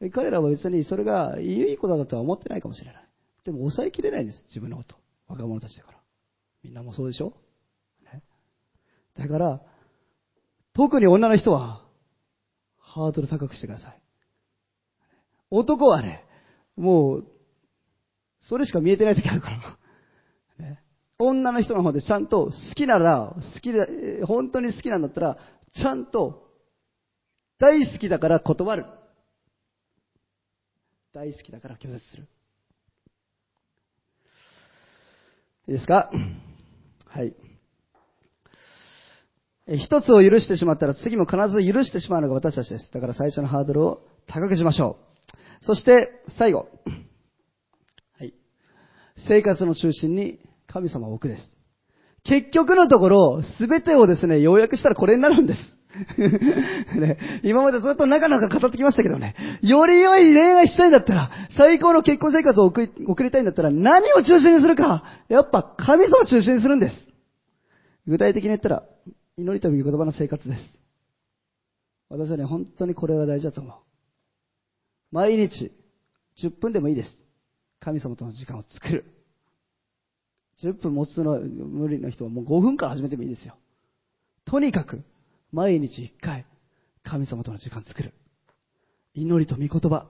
彼らは別にそれがいいことだとは思ってないかもしれない。でも抑えきれないんです、自分のこと。若者たちだから。みんなもそうでしょ、ね、だから、特に女の人は、ハードル高くしてください。男はね、もう、それしか見えてない時あるから。ね、女の人の方でちゃんと好きなら、好きで、本当に好きなんだったら、ちゃんと、大好きだから断る。大好きだから拒絶する。いいですか？はい。一つを許してしまったら次も必ず許してしまうのが私たちです。だから最初のハードルを高くしましょう。そして最後。はい。生活の中心に神様を置くです。結局のところ、すべてをですね、要約したらこれになるんです。ね、今までずっとなかなか語ってきましたけどね、より良い恋愛したいんだったら、最高の結婚生活を送り、送りたいんだったら、何を中心にするか、やっぱ神様を中心にするんです。具体的に言ったら、祈りという言葉の生活です。私はね、本当にこれが大事だと思う。毎日、じゅっぷんでもいいです。神様との時間を作る。じゅっぷん持つの無理な人はもうごふんから始めてもいいですよ。とにかく、毎日いっかい、神様との時間を作る。祈りと御言葉。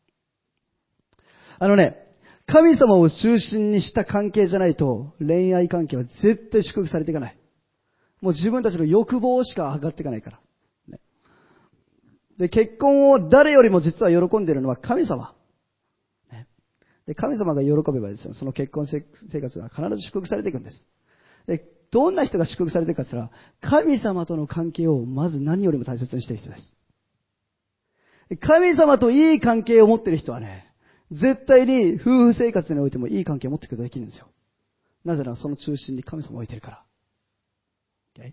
あのね、神様を中心にした関係じゃないと、恋愛関係は絶対祝福されていかない。もう自分たちの欲望しか上がっていかないから。ね、で、結婚を誰よりも実は喜んでいるのは神様。ね、で、神様が喜べばですね、その結婚生活は必ず祝福されていくんです。で、どんな人が祝福されていくかと言ったら、神様との関係をまず何よりも大切にしている人です。 神様といい関係を持っている人はね、絶対に夫婦生活においてもいい関係を持っていくことができるんですよ。なぜならその中心に神様を置いているから。Okay?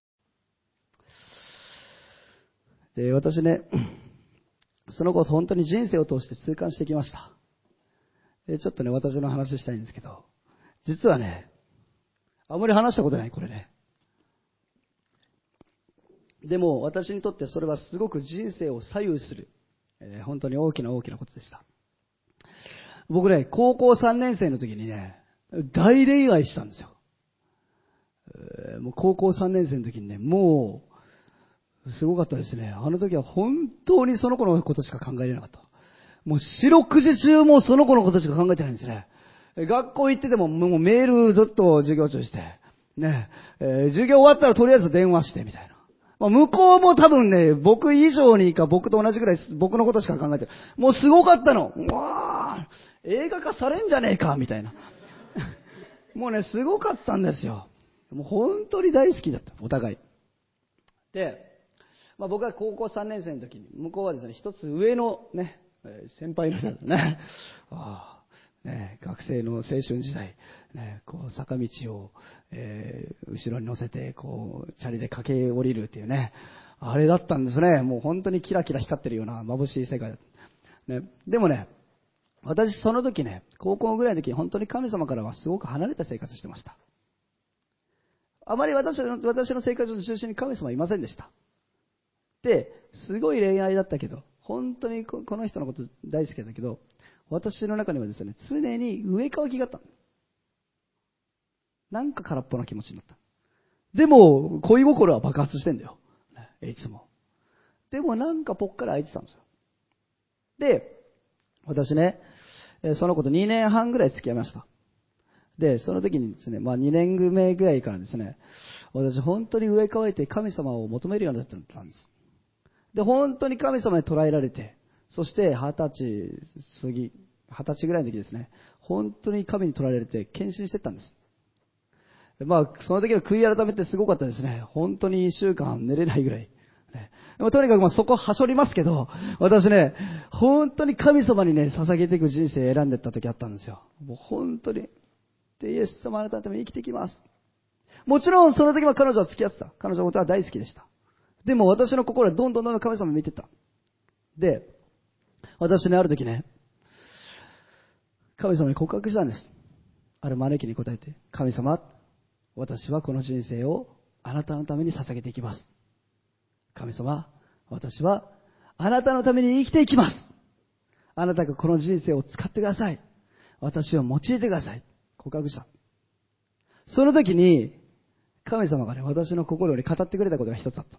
で、私ね、そのこと本当に人生を通して痛感してきました。で、ちょっとね、私の話したいんですけど、実はね、あまり話したことない、これね。でも、私にとってそれはすごく人生を左右する、えー、本当に大きな大きなことでした。僕ね、高校さんねん生の時にね、大恋愛したんですよ。えー、もう高校さんねん生の時にね、もう、すごかったですね。あの時は本当にその子のことしか考えれなかった。もう四六時中もうその子のことしか考えてないんですね。学校行っててももうメールずっと授業中して、ね、えー、授業終わったらとりあえず電話してみたいな。まあ、向こうも多分ね、僕以上にか僕と同じぐらい僕のことしか考えてる。もうすごかったの。うわー、映画化されんじゃねえかみたいな。もうね、すごかったんですよ。もう本当に大好きだった、お互い。で、まあ、僕は高校さんねん生の時に、向こうはですね、一つ上のね、先輩の人だったね。ああ、ね、学生の青春時代、ね、こう坂道を、えー、後ろに乗せて、こう、チャリで駆け下りるっていうね、あれだったんですね。もう本当にキラキラ光ってるような眩しい世界だった。ね、でもね、私その時ね、高校ぐらいの時に本当に神様からはすごく離れた生活してました。あまり私の、私の生活の中心に神様はいませんでした。で、すごい恋愛だったけど、本当にこの人のこと大好きだけど、私の中にはですね、常に上かわきがあった。なんか空っぽな気持ちになった。でも、恋心は爆発してんだよ。いつも。でもなんかぽっかり空いてたんですよ。で、私ね、その子とにねんはんぐらい付き合いました。で、その時にですね、まあにねんめぐらいからですね、私本当に上乾いて神様を求めるようになったんです。で、本当に神様に捉えられて、そして二十歳過ぎ、二十歳ぐらいの時ですね、本当に神に捉えられて献身していったんです。まあ、その時の悔い改めってすごかったですね。本当に一週間寝れないぐらい。ね、とにかくまあそこはしょりますけど、私ね、本当に神様にね、捧げていく人生を選んでいった時あったんですよ。もう本当に。で、イエス様あなたのために生きていきます。もちろんその時は彼女は付き合ってた。彼女のことは大好きでした。でも私の心はどんどんどんどん神様を見てた。で、私ね、ある時ね、神様に告白したんです。ある招きに答えて、神様、私はこの人生をあなたのために捧げていきます。神様、私はあなたのために生きていきます。あなたがこの人生を使ってください。私を用いてください。告白した。その時に、神様がね、私の心に語ってくれたことが一つあった。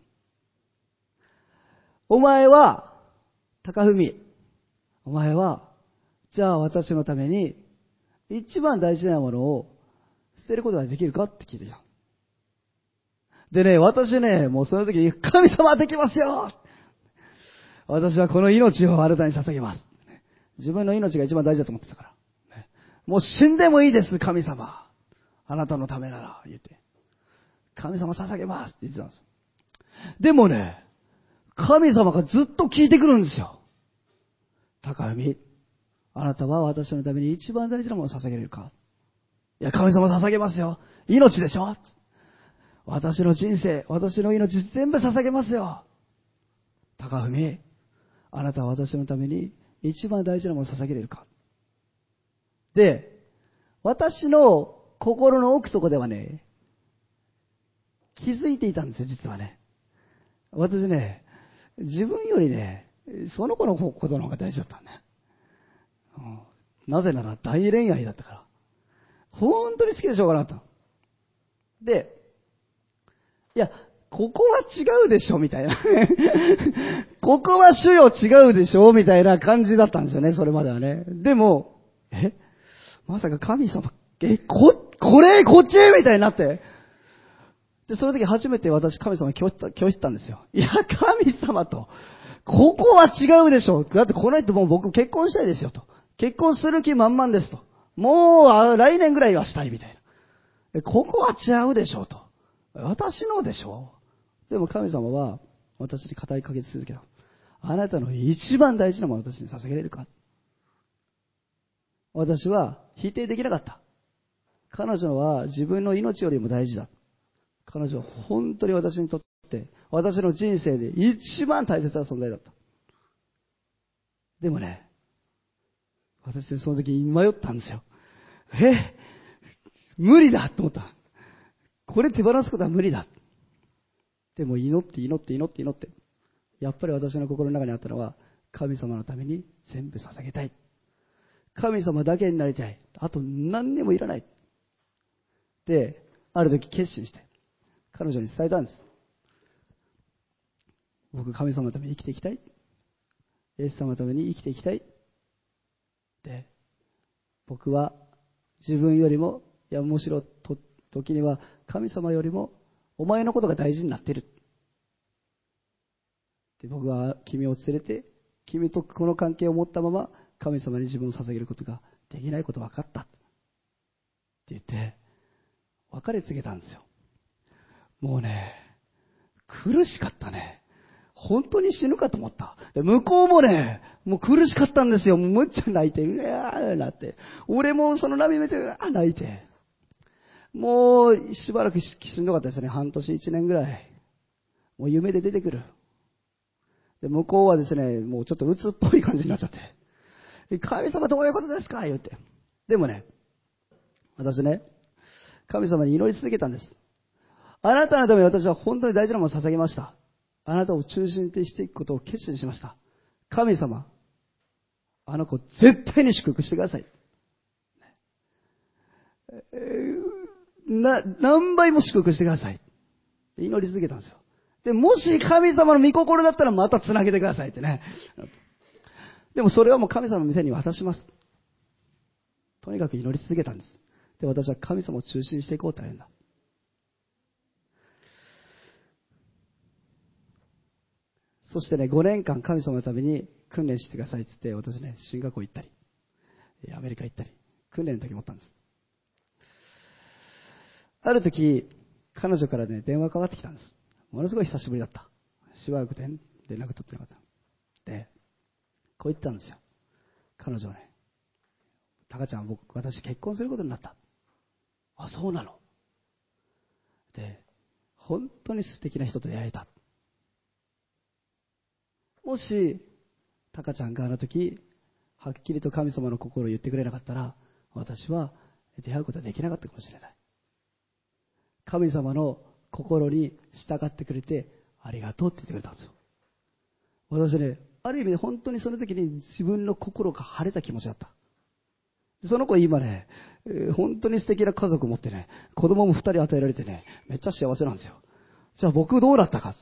お前は、高文、お前は、じゃあ私のために、一番大事なものを捨てることができるかって聞いてた。でね、私ね、もうその時に、神様はできますよ！私はこの命をあなたに捧げます。自分の命が一番大事だと思ってたから。もう死んでもいいです、神様。あなたのためなら、言って。神様捧げますって言ってたんです。でもね、神様がずっと聞いてくるんですよ。高文、あなたは私のために一番大事なものを捧げれるか？いや、神様捧げますよ。命でしょ？私の人生、私の命全部捧げますよ。高文、あなたは私のために一番大事なものを捧げれるか？で、私の心の奥底ではね、気づいていたんですよ、実はね。私ね、自分よりね、その子のことの方が大事だったんだよ。うん、なぜなら大恋愛だったから。本当に好きでしょうがなかった。で、いや、ここは違うでしょみたいな。ここは主よ違うでしょみたいな感じだったんですよね、それまではね。でも、えまさか神様、え、こ、これ、こっちみたいになって。で、その時初めて私神様に拒否した、拒否ったんですよ。いや、神様と、ここは違うでしょ。だってこの人もう僕結婚したいですよと。結婚する気満々ですと。もう来年ぐらいはしたいみたいな。ここは違うでしょと。私のでしょ。でも神様は私に語りかけ続けた。 あなたの一番大事なものを私に捧げれるか。私は否定できなかった。彼女は自分の命よりも大事だ。彼女は本当に私にとって私の人生で一番大切な存在だった。でもね、私その時に迷ったんですよ。え無理だと思った。これ手放すことは無理だ。でも祈って祈って祈って祈って、やっぱり私の心の中にあったのは、神様のために全部捧げたい。神様だけになりたい。あと何にもいらない。で、ある時決心して、彼女に伝えたんです。僕、神様のために生きていきたい。イエス様のために生きていきたい。で、僕は自分よりも、いや、むしろと時には神様よりもお前のことが大事になっている。で、僕は君を連れて、君とこの関係を持ったまま神様に自分を捧げることができないこと分かったって言って別れ告げたんですよ。もうね、苦しかったね。本当に死ぬかと思った。で向こうもね、もう苦しかったんですよ。もうむっちゃ泣いて、うわーなって。俺もその涙見て、うわー泣いて。もうしばらくしんどかったですね。半年、一年ぐらい。もう夢で出てくる。で、向こうはですね、もうちょっと鬱っぽい感じになっちゃって。神様どういうことですか言って。でもね、私ね、神様に祈り続けたんです。あなたのために私は本当に大事なものを捧げました。あなたを中心にしていくことを決心しました。神様、あの子絶対に祝福してください。な、何倍も祝福してください。祈り続けたんですよ。で、もし神様の御心だったらまたつなげてくださいってね。でもそれはもう神様の店に渡します。とにかく祈り続けたんです。で、私は神様を中心にしていこうと言うんだ。そしてね、ごねんかん神様のために訓練してくださいって言って、私ね、進学校行ったり、アメリカ行ったり、訓練の時持ったんです。ある時、彼女からね、電話かかってきたんです。ものすごい久しぶりだった。しばらく連絡取ってなかった。で、こう言ったんですよ。彼女はね、タカちゃん、僕、私結婚することになった。あ、そうなの。で、本当に素敵な人と出会えた。もし、タカちゃんがあの時、はっきりと神様の心を言ってくれなかったら、私は出会うことはできなかったかもしれない。神様の心に従ってくれてありがとうって言ってくれたんですよ。私ね、ある意味本当にその時に自分の心が晴れた気持ちだった。その子今ね、えー、本当に素敵な家族を持ってね、子供も二人与えられてね、めっちゃ幸せなんですよ。じゃあ僕どうだったか。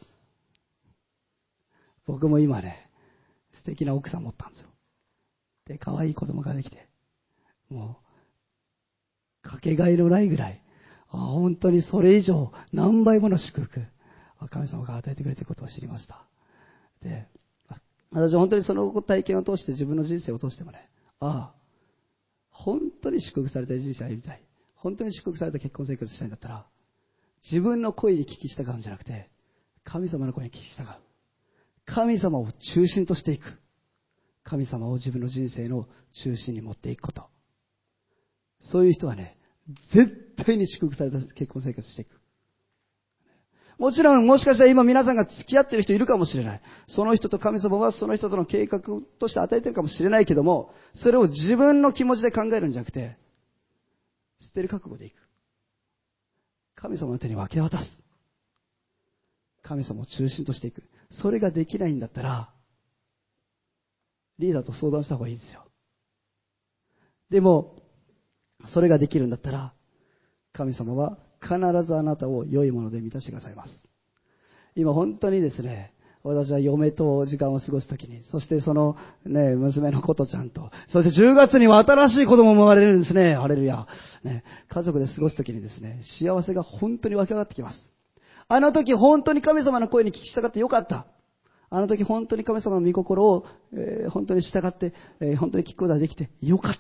僕も今ね、素敵な奥さん持ったんですよ。で、可愛い子供ができて、もう、かけがえのないぐらい、あ、本当にそれ以上何倍もの祝福、神様が与えてくれていることを知りました。で、私は本当にその体験を通して自分の人生を通してもね、ああ、本当に祝福された人生を歩みたい。本当に祝福された結婚生活したいんだったら、自分の声に聞き従うんじゃなくて、神様の声に聞き従う。神様を中心としていく。神様を自分の人生の中心に持っていくこと。そういう人はね、絶対に祝福された結婚生活していく。もちろん、もしかしたら今皆さんが付き合っている人いるかもしれない。その人と神様はその人との計画として与えているかもしれないけども、それを自分の気持ちで考えるんじゃなくて、捨てる覚悟でいく。神様の手に分け渡す。神様を中心としていく。それができないんだったら、リーダーと相談した方がいいんですよ。でも、それができるんだったら、神様は必ずあなたを良いもので満たしてくださいます。今本当にですね、私は嫁と時間を過ごすときに、そしてそのね、娘のことちゃんと、そしてじゅうがつには新しい子供も生まれるんですね。ハレルヤ。ね、家族で過ごすときにですね、幸せが本当に湧き上がってきます。あの時本当に神様の声に聞き従ってよかった。あの時本当に神様の御心を、えー、本当に従って、えー、本当に聞くことができてよかった。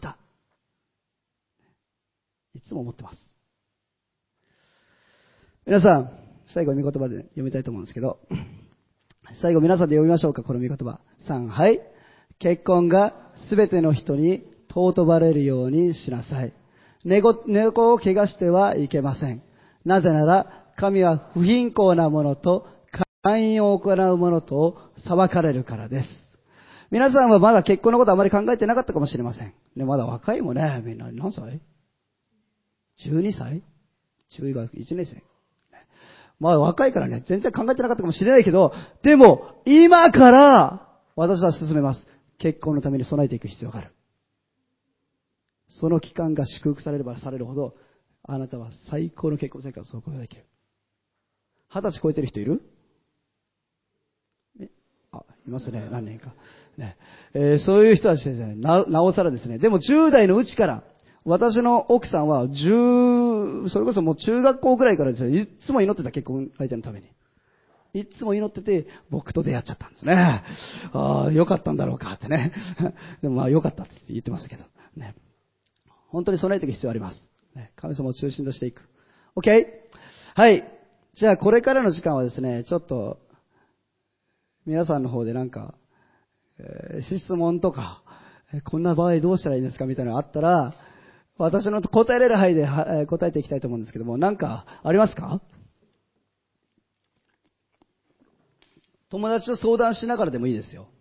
いつも思ってます。皆さん、最後御言葉で読みたいと思うんですけど、最後皆さんで読みましょうか、この御言葉。 さん、はい。結婚がすべての人に尊ばれるようにしなさい。猫、猫を怪我してはいけません。なぜなら、神は不貧困なものと寛容を行うものと裁かれるからです。皆さんはまだ結婚のことあまり考えてなかったかもしれません。ね、まだ若いもんね、みんな。何歳 ?じゅうに 歳中学いちねん生。まあ若いからね、全然考えてなかったかもしれないけど、でも、今から私は進めます。結婚のために備えていく必要がある。その期間が祝福されればされるほど、あなたは最高の結婚生活を送ることができる。二十歳超えてる人いる？えあ、いますね、何人か。ねえー、そういう人たちですね、な、なおさらですね。でもじゅう代のうちから、私の奥さんはじゅう、それこそもう中学校ぐらいからですね、いつも祈ってた、結婚相手のために。いつも祈ってて、僕と出会っちゃったんですね。ああ、よかったんだろうかってね。でもまあよかったって言ってましたけど。ね、本当に備えていく必要あります。ね、神様を中心としていく。OK？ はい。じゃあこれからの時間はですね、ちょっと、皆さんの方でなんか、えー、質問とか、こんな場合どうしたらいいんですかみたいなのがあったら、私の答えれる範囲で答えていきたいと思うんですけども、なんかありますか？友達と相談しながらでもいいですよ。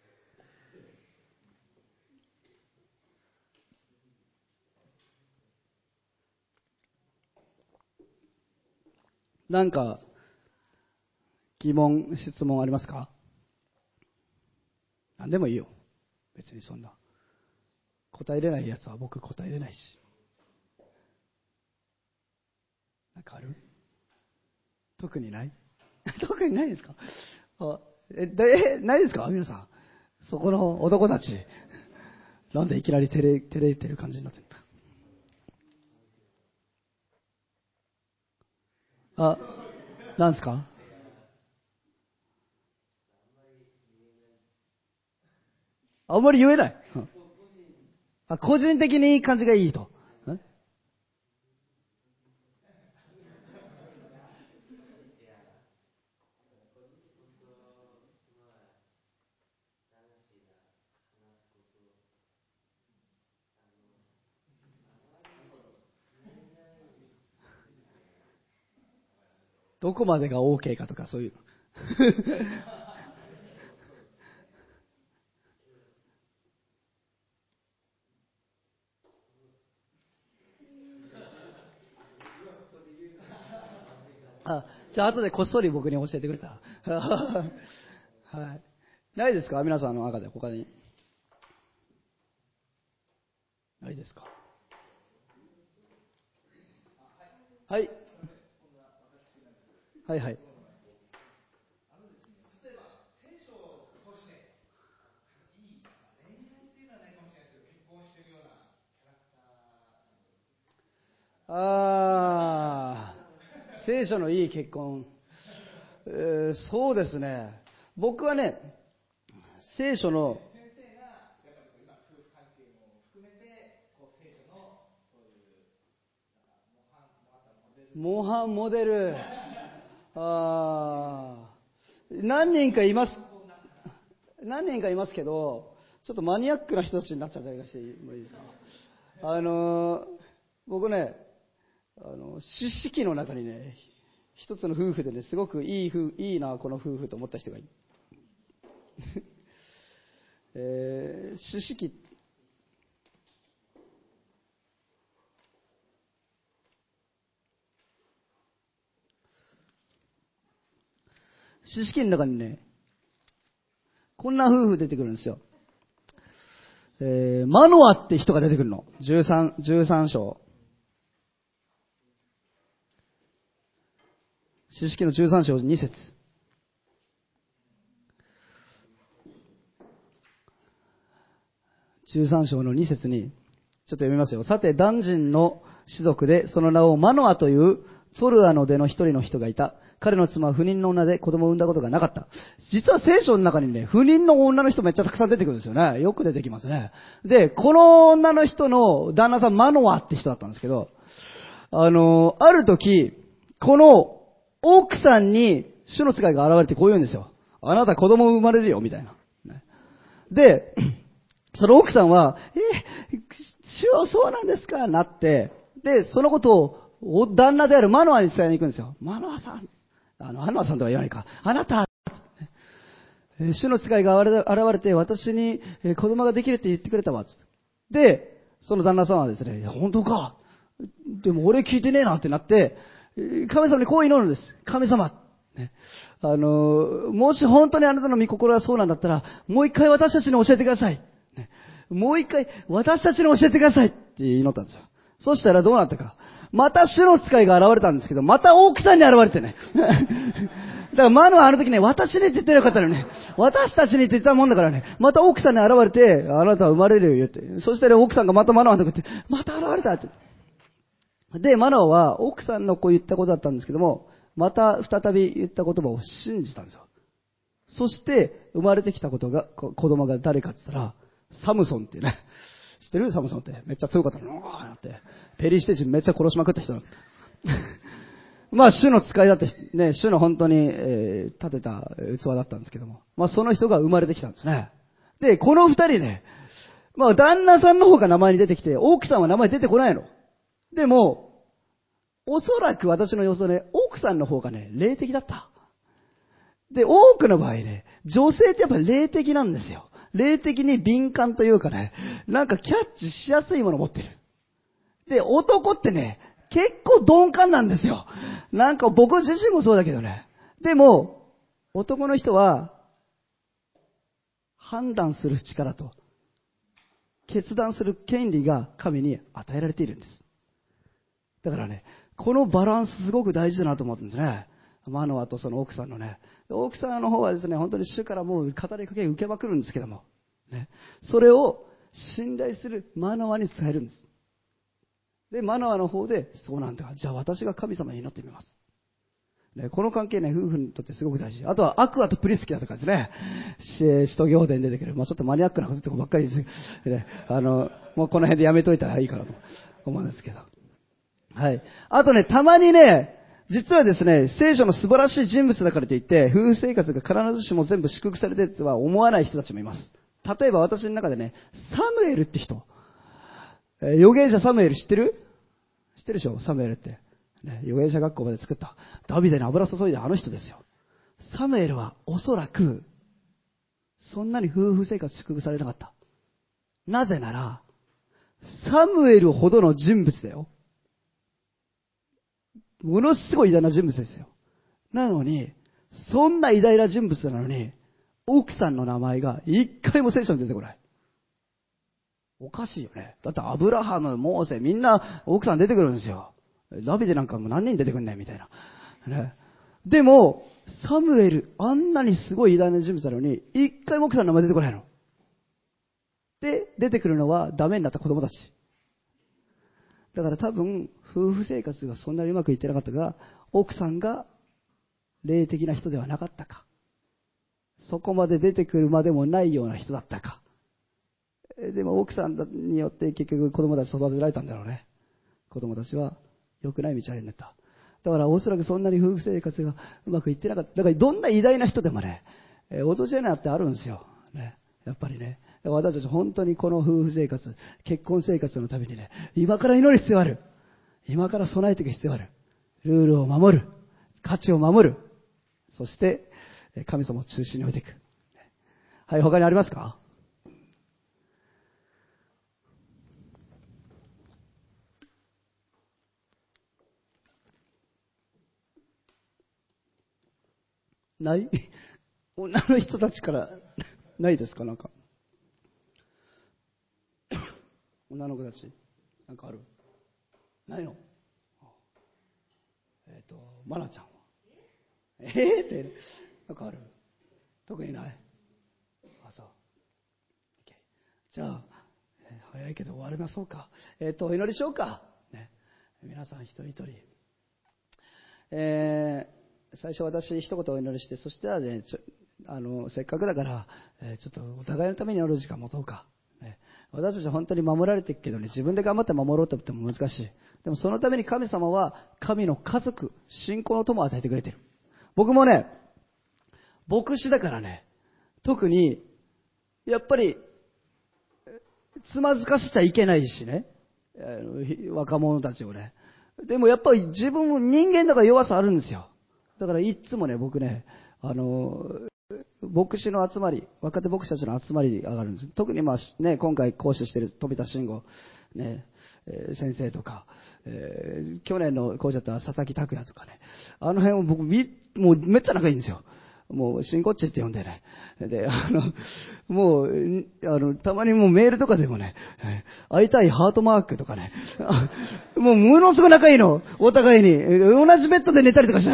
なんか疑問、質問ありますか？何でもいいよ。別にそんな。答えれないやつは僕答えれないし。なんかある？特にない特にないですか？あえ、で、ないですか皆さん。そこの男たち。なんでいきなり照れ、照れてる感じになってるか。あ、なんですか？あんまり言えない。うん、あ、個人的に感じがいいと。どこまでが OK かとかそういうの。あ、じゃあ後でこっそり僕に教えてくれた。はい。ないですか皆さんの中で他に。ないですか？はい。はいはい。ああ、聖書のいい結婚。えー、そうですね。僕はね、聖書の、模範モデル。あ何人かいます。何人かいますけど、ちょっとマニアックな人たちになっちゃったりしてもいいですか？あのー、僕ね、あの、知識の中にね、一つの夫婦でね、すごくいい夫いいな、この夫婦と思った人がいる。えー、知識、知識の中にね、こんな夫婦出てくるんですよ。えー、マノアって人が出てくるの。じゅうさん、じゅうさん章。知識のじゅうさん章に節。じゅうさん章のに節に、ちょっと読みますよ。さて、ダンジンの士族で、その名をマノアというソルアの出の一人の人がいた。彼の妻は不妊の女で子供を産んだことがなかった。実は聖書の中にね、不妊の女の人めっちゃたくさん出てくるんですよね。よく出てきますね。で、この女の人の旦那さんマノアって人だったんですけど、あの、ある時、この奥さんに主の使いが現れてこう言うんですよ。あなた子供生まれるよ、みたいな。 で、その奥さんは、え、主よ、そうなんですかなって、で、そのことを、旦那であるマノアに伝えに行くんですよ。マノアさん。あの、マノアさんとは言わないか。あなた、え主の使いが現れて、私に子供ができるって言ってくれたわ。で、その旦那さんはですね、いや、本当か。でも俺聞いてねえなってなって、神様にこう祈るんです。神様。ね、あの、もし本当にあなたの御心はそうなんだったら、もう一回私たちに教えてください。ね、もう一回私たちに教えてくださいって祈ったんですよ。そしたらどうなったか。また主の使いが現れたんですけど、また奥さんに現れてね。だからマノはあの時ね、私にって言ってなかったのね。私たちにって言ったもんだからね。また奥さんに現れて、あなたは生まれるよ言って。そして、ね、奥さんがまたマノアのとこ言って、また現れたって。で、マノアは奥さんのこう言ったことだったんですけども、また再び言った言葉を信じたんですよ。そして、生まれてきたことが、子供が誰かって言ったら、サムソンっていうね。知ってるサムソンって。めっちゃ強かったの。なって。ペリシテ人めっちゃ殺しまくった人。まあ、主の使いだって、ね、主の本当に、えー、立てた器だったんですけども。まあ、その人が生まれてきたんですね。で、この二人ね、まあ、旦那さんの方が名前に出てきて、奥さんは名前出てこないの。でも、おそらく私の予想ね、奥さんの方がね、霊的だった。で、多くの場合ね、女性ってやっぱり霊的なんですよ。霊的に敏感というかね、なんかキャッチしやすいものを持ってる。で、男ってね、結構鈍感なんですよ。なんか僕自身もそうだけどね。でも、男の人は、判断する力と、決断する権利が神に与えられているんです。だからね、このバランスすごく大事だなと思うんですね。マノアとその奥さんのね。奥さんの方はですね、本当に主からもう語りかけ受けまくるんですけども、ね、それを信頼するマノアに伝えるんです。で、マノアの方で、そうなんだ。じゃあ私が神様に祈ってみます。ね、この関係ね、夫婦にとってすごく大事。あとは、アクアとプリスキアとかですね。使徒行伝に出てくる。まあちょっとマニアックなことばっかりです。ね、あの、もうこの辺でやめといたらいいかなと思うんですけど。はい。あとね、たまにね、実はですね、聖書の素晴らしい人物だからといって、夫婦生活が必ずしも全部祝福されているとは思わない人たちもいます。例えば私の中でね、サムエルって人。えー、預言者サムエル知ってる？知ってるでしょサムエルって。ね、預言者学校まで作った。ダビデに油注いだあの人ですよ。サムエルはおそらく、そんなに夫婦生活祝福されなかった。なぜなら、サムエルほどの人物だよ。ものすごい偉大な人物ですよ。なのに、そんな偉大な人物なのに、奥さんの名前が一回も聖書に出てこない。おかしいよね。だってアブラハム、モーセ、みんな奥さん出てくるんですよ。ダビデなんかも何人出てくんねんみたいな。ね。でも、サムエル、あんなにすごい偉大な人物なのに、一回も奥さんの名前出てこないの。で、出てくるのはダメになった子供たち。だから多分、夫婦生活がそんなにうまくいってなかったが、奥さんが霊的な人ではなかったか。そこまで出てくるまでもないような人だったか。でも奥さんによって結局子供たち育てられたんだろうね。子供たちは良くない道になった。だからおそらくそんなに夫婦生活がうまくいってなかった。だからどんな偉大な人でもね、落とし穴ってあるんですよ。ね、やっぱりね。だから私たち本当にこの夫婦生活、結婚生活のためにね、今から祈る必要ある。今から備えていく必要ある。ルールを守る。価値を守る。そして、神様を中心に置いていく。はい、他にありますか？ない女の人たちからないですか？なんか女の子たちなんかある？ないの？えっ、ー、とマナちゃんはえーってなんかある？特にない？あ、そう。じゃあ早いけど終わりましょうか。えっ、ー、とお祈りしようか、ね、皆さん一人一人、えー最初私一言お祈りして、そしてはね、ちょあのせっかくだから、えー、ちょっとお互いのために祈る時間持とうか、ね、私たちは本当に守られていくけどね、自分で頑張って守ろうと思っても難しい。でもそのために神様は神の家族、信仰の友を与えてくれている。僕もね、牧師だからね、特にやっぱり、つまずかせちゃいけないしね。あの若者たちをね。でもやっぱり自分も人間だから弱さあるんですよ。だからいつもね、僕ね、あの、牧師の集まり、若手牧師たちの集まりが上がるんです。特にまあね、今回講師している富田慎吾、ね、えー、先生とか、えー、去年の講師だった佐々木拓也とかね、あの辺を僕み、もうめっちゃ仲いいんですよ。もう、しんこっちって呼んでね。で、あの、もう、あの、たまにもうメールとかでもね、会いたいハートマークとかね、もうものすごい仲いいの、お互いに。同じベッドで寝たりとかして、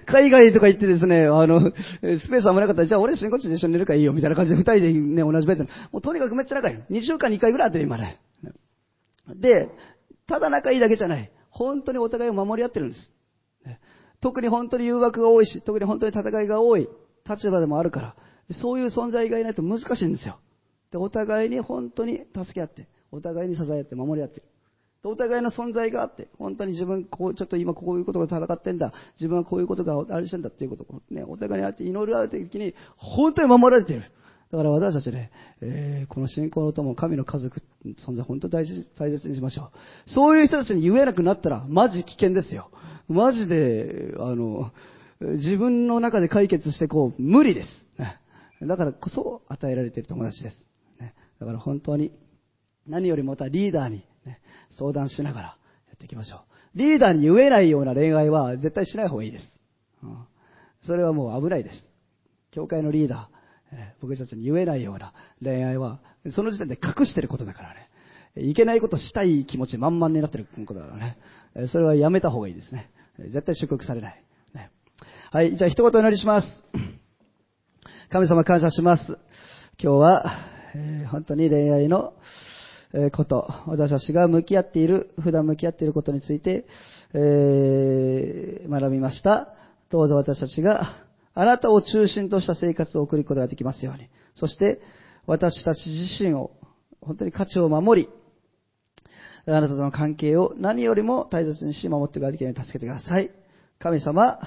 海外とか行ってですね、あの、スペースあんまなかったら、じゃあ俺しんこっちで一緒に寝るからいいよ、みたいな感じで二人でね、同じベッドに。もうとにかくめっちゃ仲いいの。にしゅうかんにいっかいぐらい会ってる今ね。で、ただ仲いいだけじゃない。本当にお互いを守り合ってるんです。特に本当に誘惑が多いし、特に本当に戦いが多い立場でもあるから、そういう存在がいないと難しいんですよ。で、お互いに本当に助け合って、お互いに支え合って守り合ってる。お互いの存在があって、本当に自分、こう、ちょっと今こういうことが戦ってんだ。自分はこういうことがあれしてんだっていうことをね、お互いにあって祈り合う時に、本当に守られている。だから私たちね、えー、この信仰の友、神の家族、存在本当に大事、大切にしましょう。そういう人たちに言えなくなったら、マジ危険ですよ。マジで、あの、自分の中で解決してこう、無理です。だからこそ与えられている友達です。だから本当に、何よりもまたリーダーに、ね、相談しながらやっていきましょう。リーダーに言えないような恋愛は絶対しない方がいいです。うん、それはもう危ないです。教会のリーダー、えー、僕たちに言えないような恋愛は、その時点で隠してることだからね。いけないことしたい気持ち満々になってることだからね。それはやめた方がいいですね。絶対祝福されない。ね、はい、じゃあ一言お祈りします。神様感謝します。今日は、えー、本当に恋愛のこと、私たちが向き合っている、普段向き合っていることについて、えー、学びました。どうぞ私たちがあなたを中心とした生活を送ることができますように。そして私たち自身を本当に価値を守り、あなたとの関係を何よりも大切にし守っていくことができるように助けてください。神様、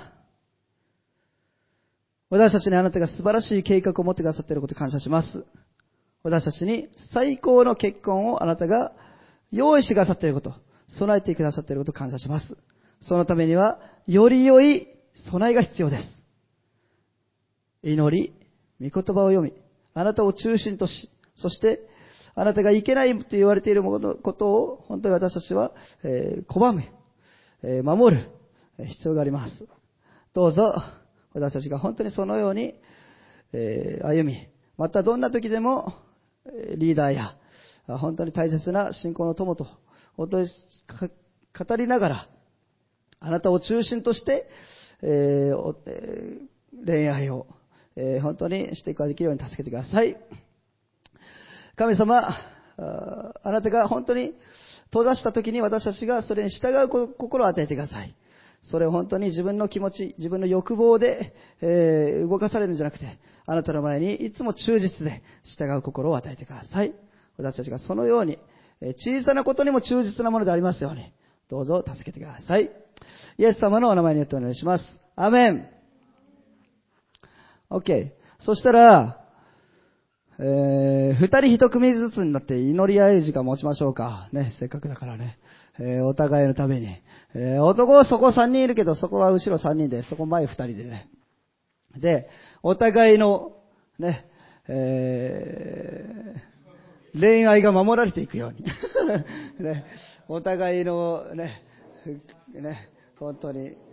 私たちにあなたが素晴らしい計画を持ってくださっていることを感謝します。私たちに最高の結婚をあなたが用意してくださっていること、備えてくださっていることを感謝します。そのためには、より良い備えが必要です。祈り、御言葉を読み、あなたを中心とし、そして、あなたがいけないと言われているものことを、本当に私たちは、えー、拒む、えー、守る必要があります。どうぞ、私たちが本当にそのように、えー、歩み、またどんな時でも、リーダーや、本当に大切な信仰の友と、本当に語りながら、あなたを中心として、えーえー、恋愛を、えー、本当にしていくことができるように助けてください。神様、あなたが本当に閉ざした時に私たちがそれに従う心を与えてください。それを本当に自分の気持ち、自分の欲望で、えー、動かされるんじゃなくて、あなたの前にいつも忠実で従う心を与えてください。私たちがそのように、小さなことにも忠実なものでありますように、どうぞ助けてください。イエス様のお名前によってお願いします。アーメン。OK。そしたら、えー、二人一組ずつになって祈り合い時間持ちましょうか。ね、せっかくだからね。えー、お互いのために。えー、男はそこ三人いるけど、そこは後ろ三人で、そこ前二人でね。で、お互いの、ね、えー、恋愛が守られていくように。ね、お互いのね、ね、本当に、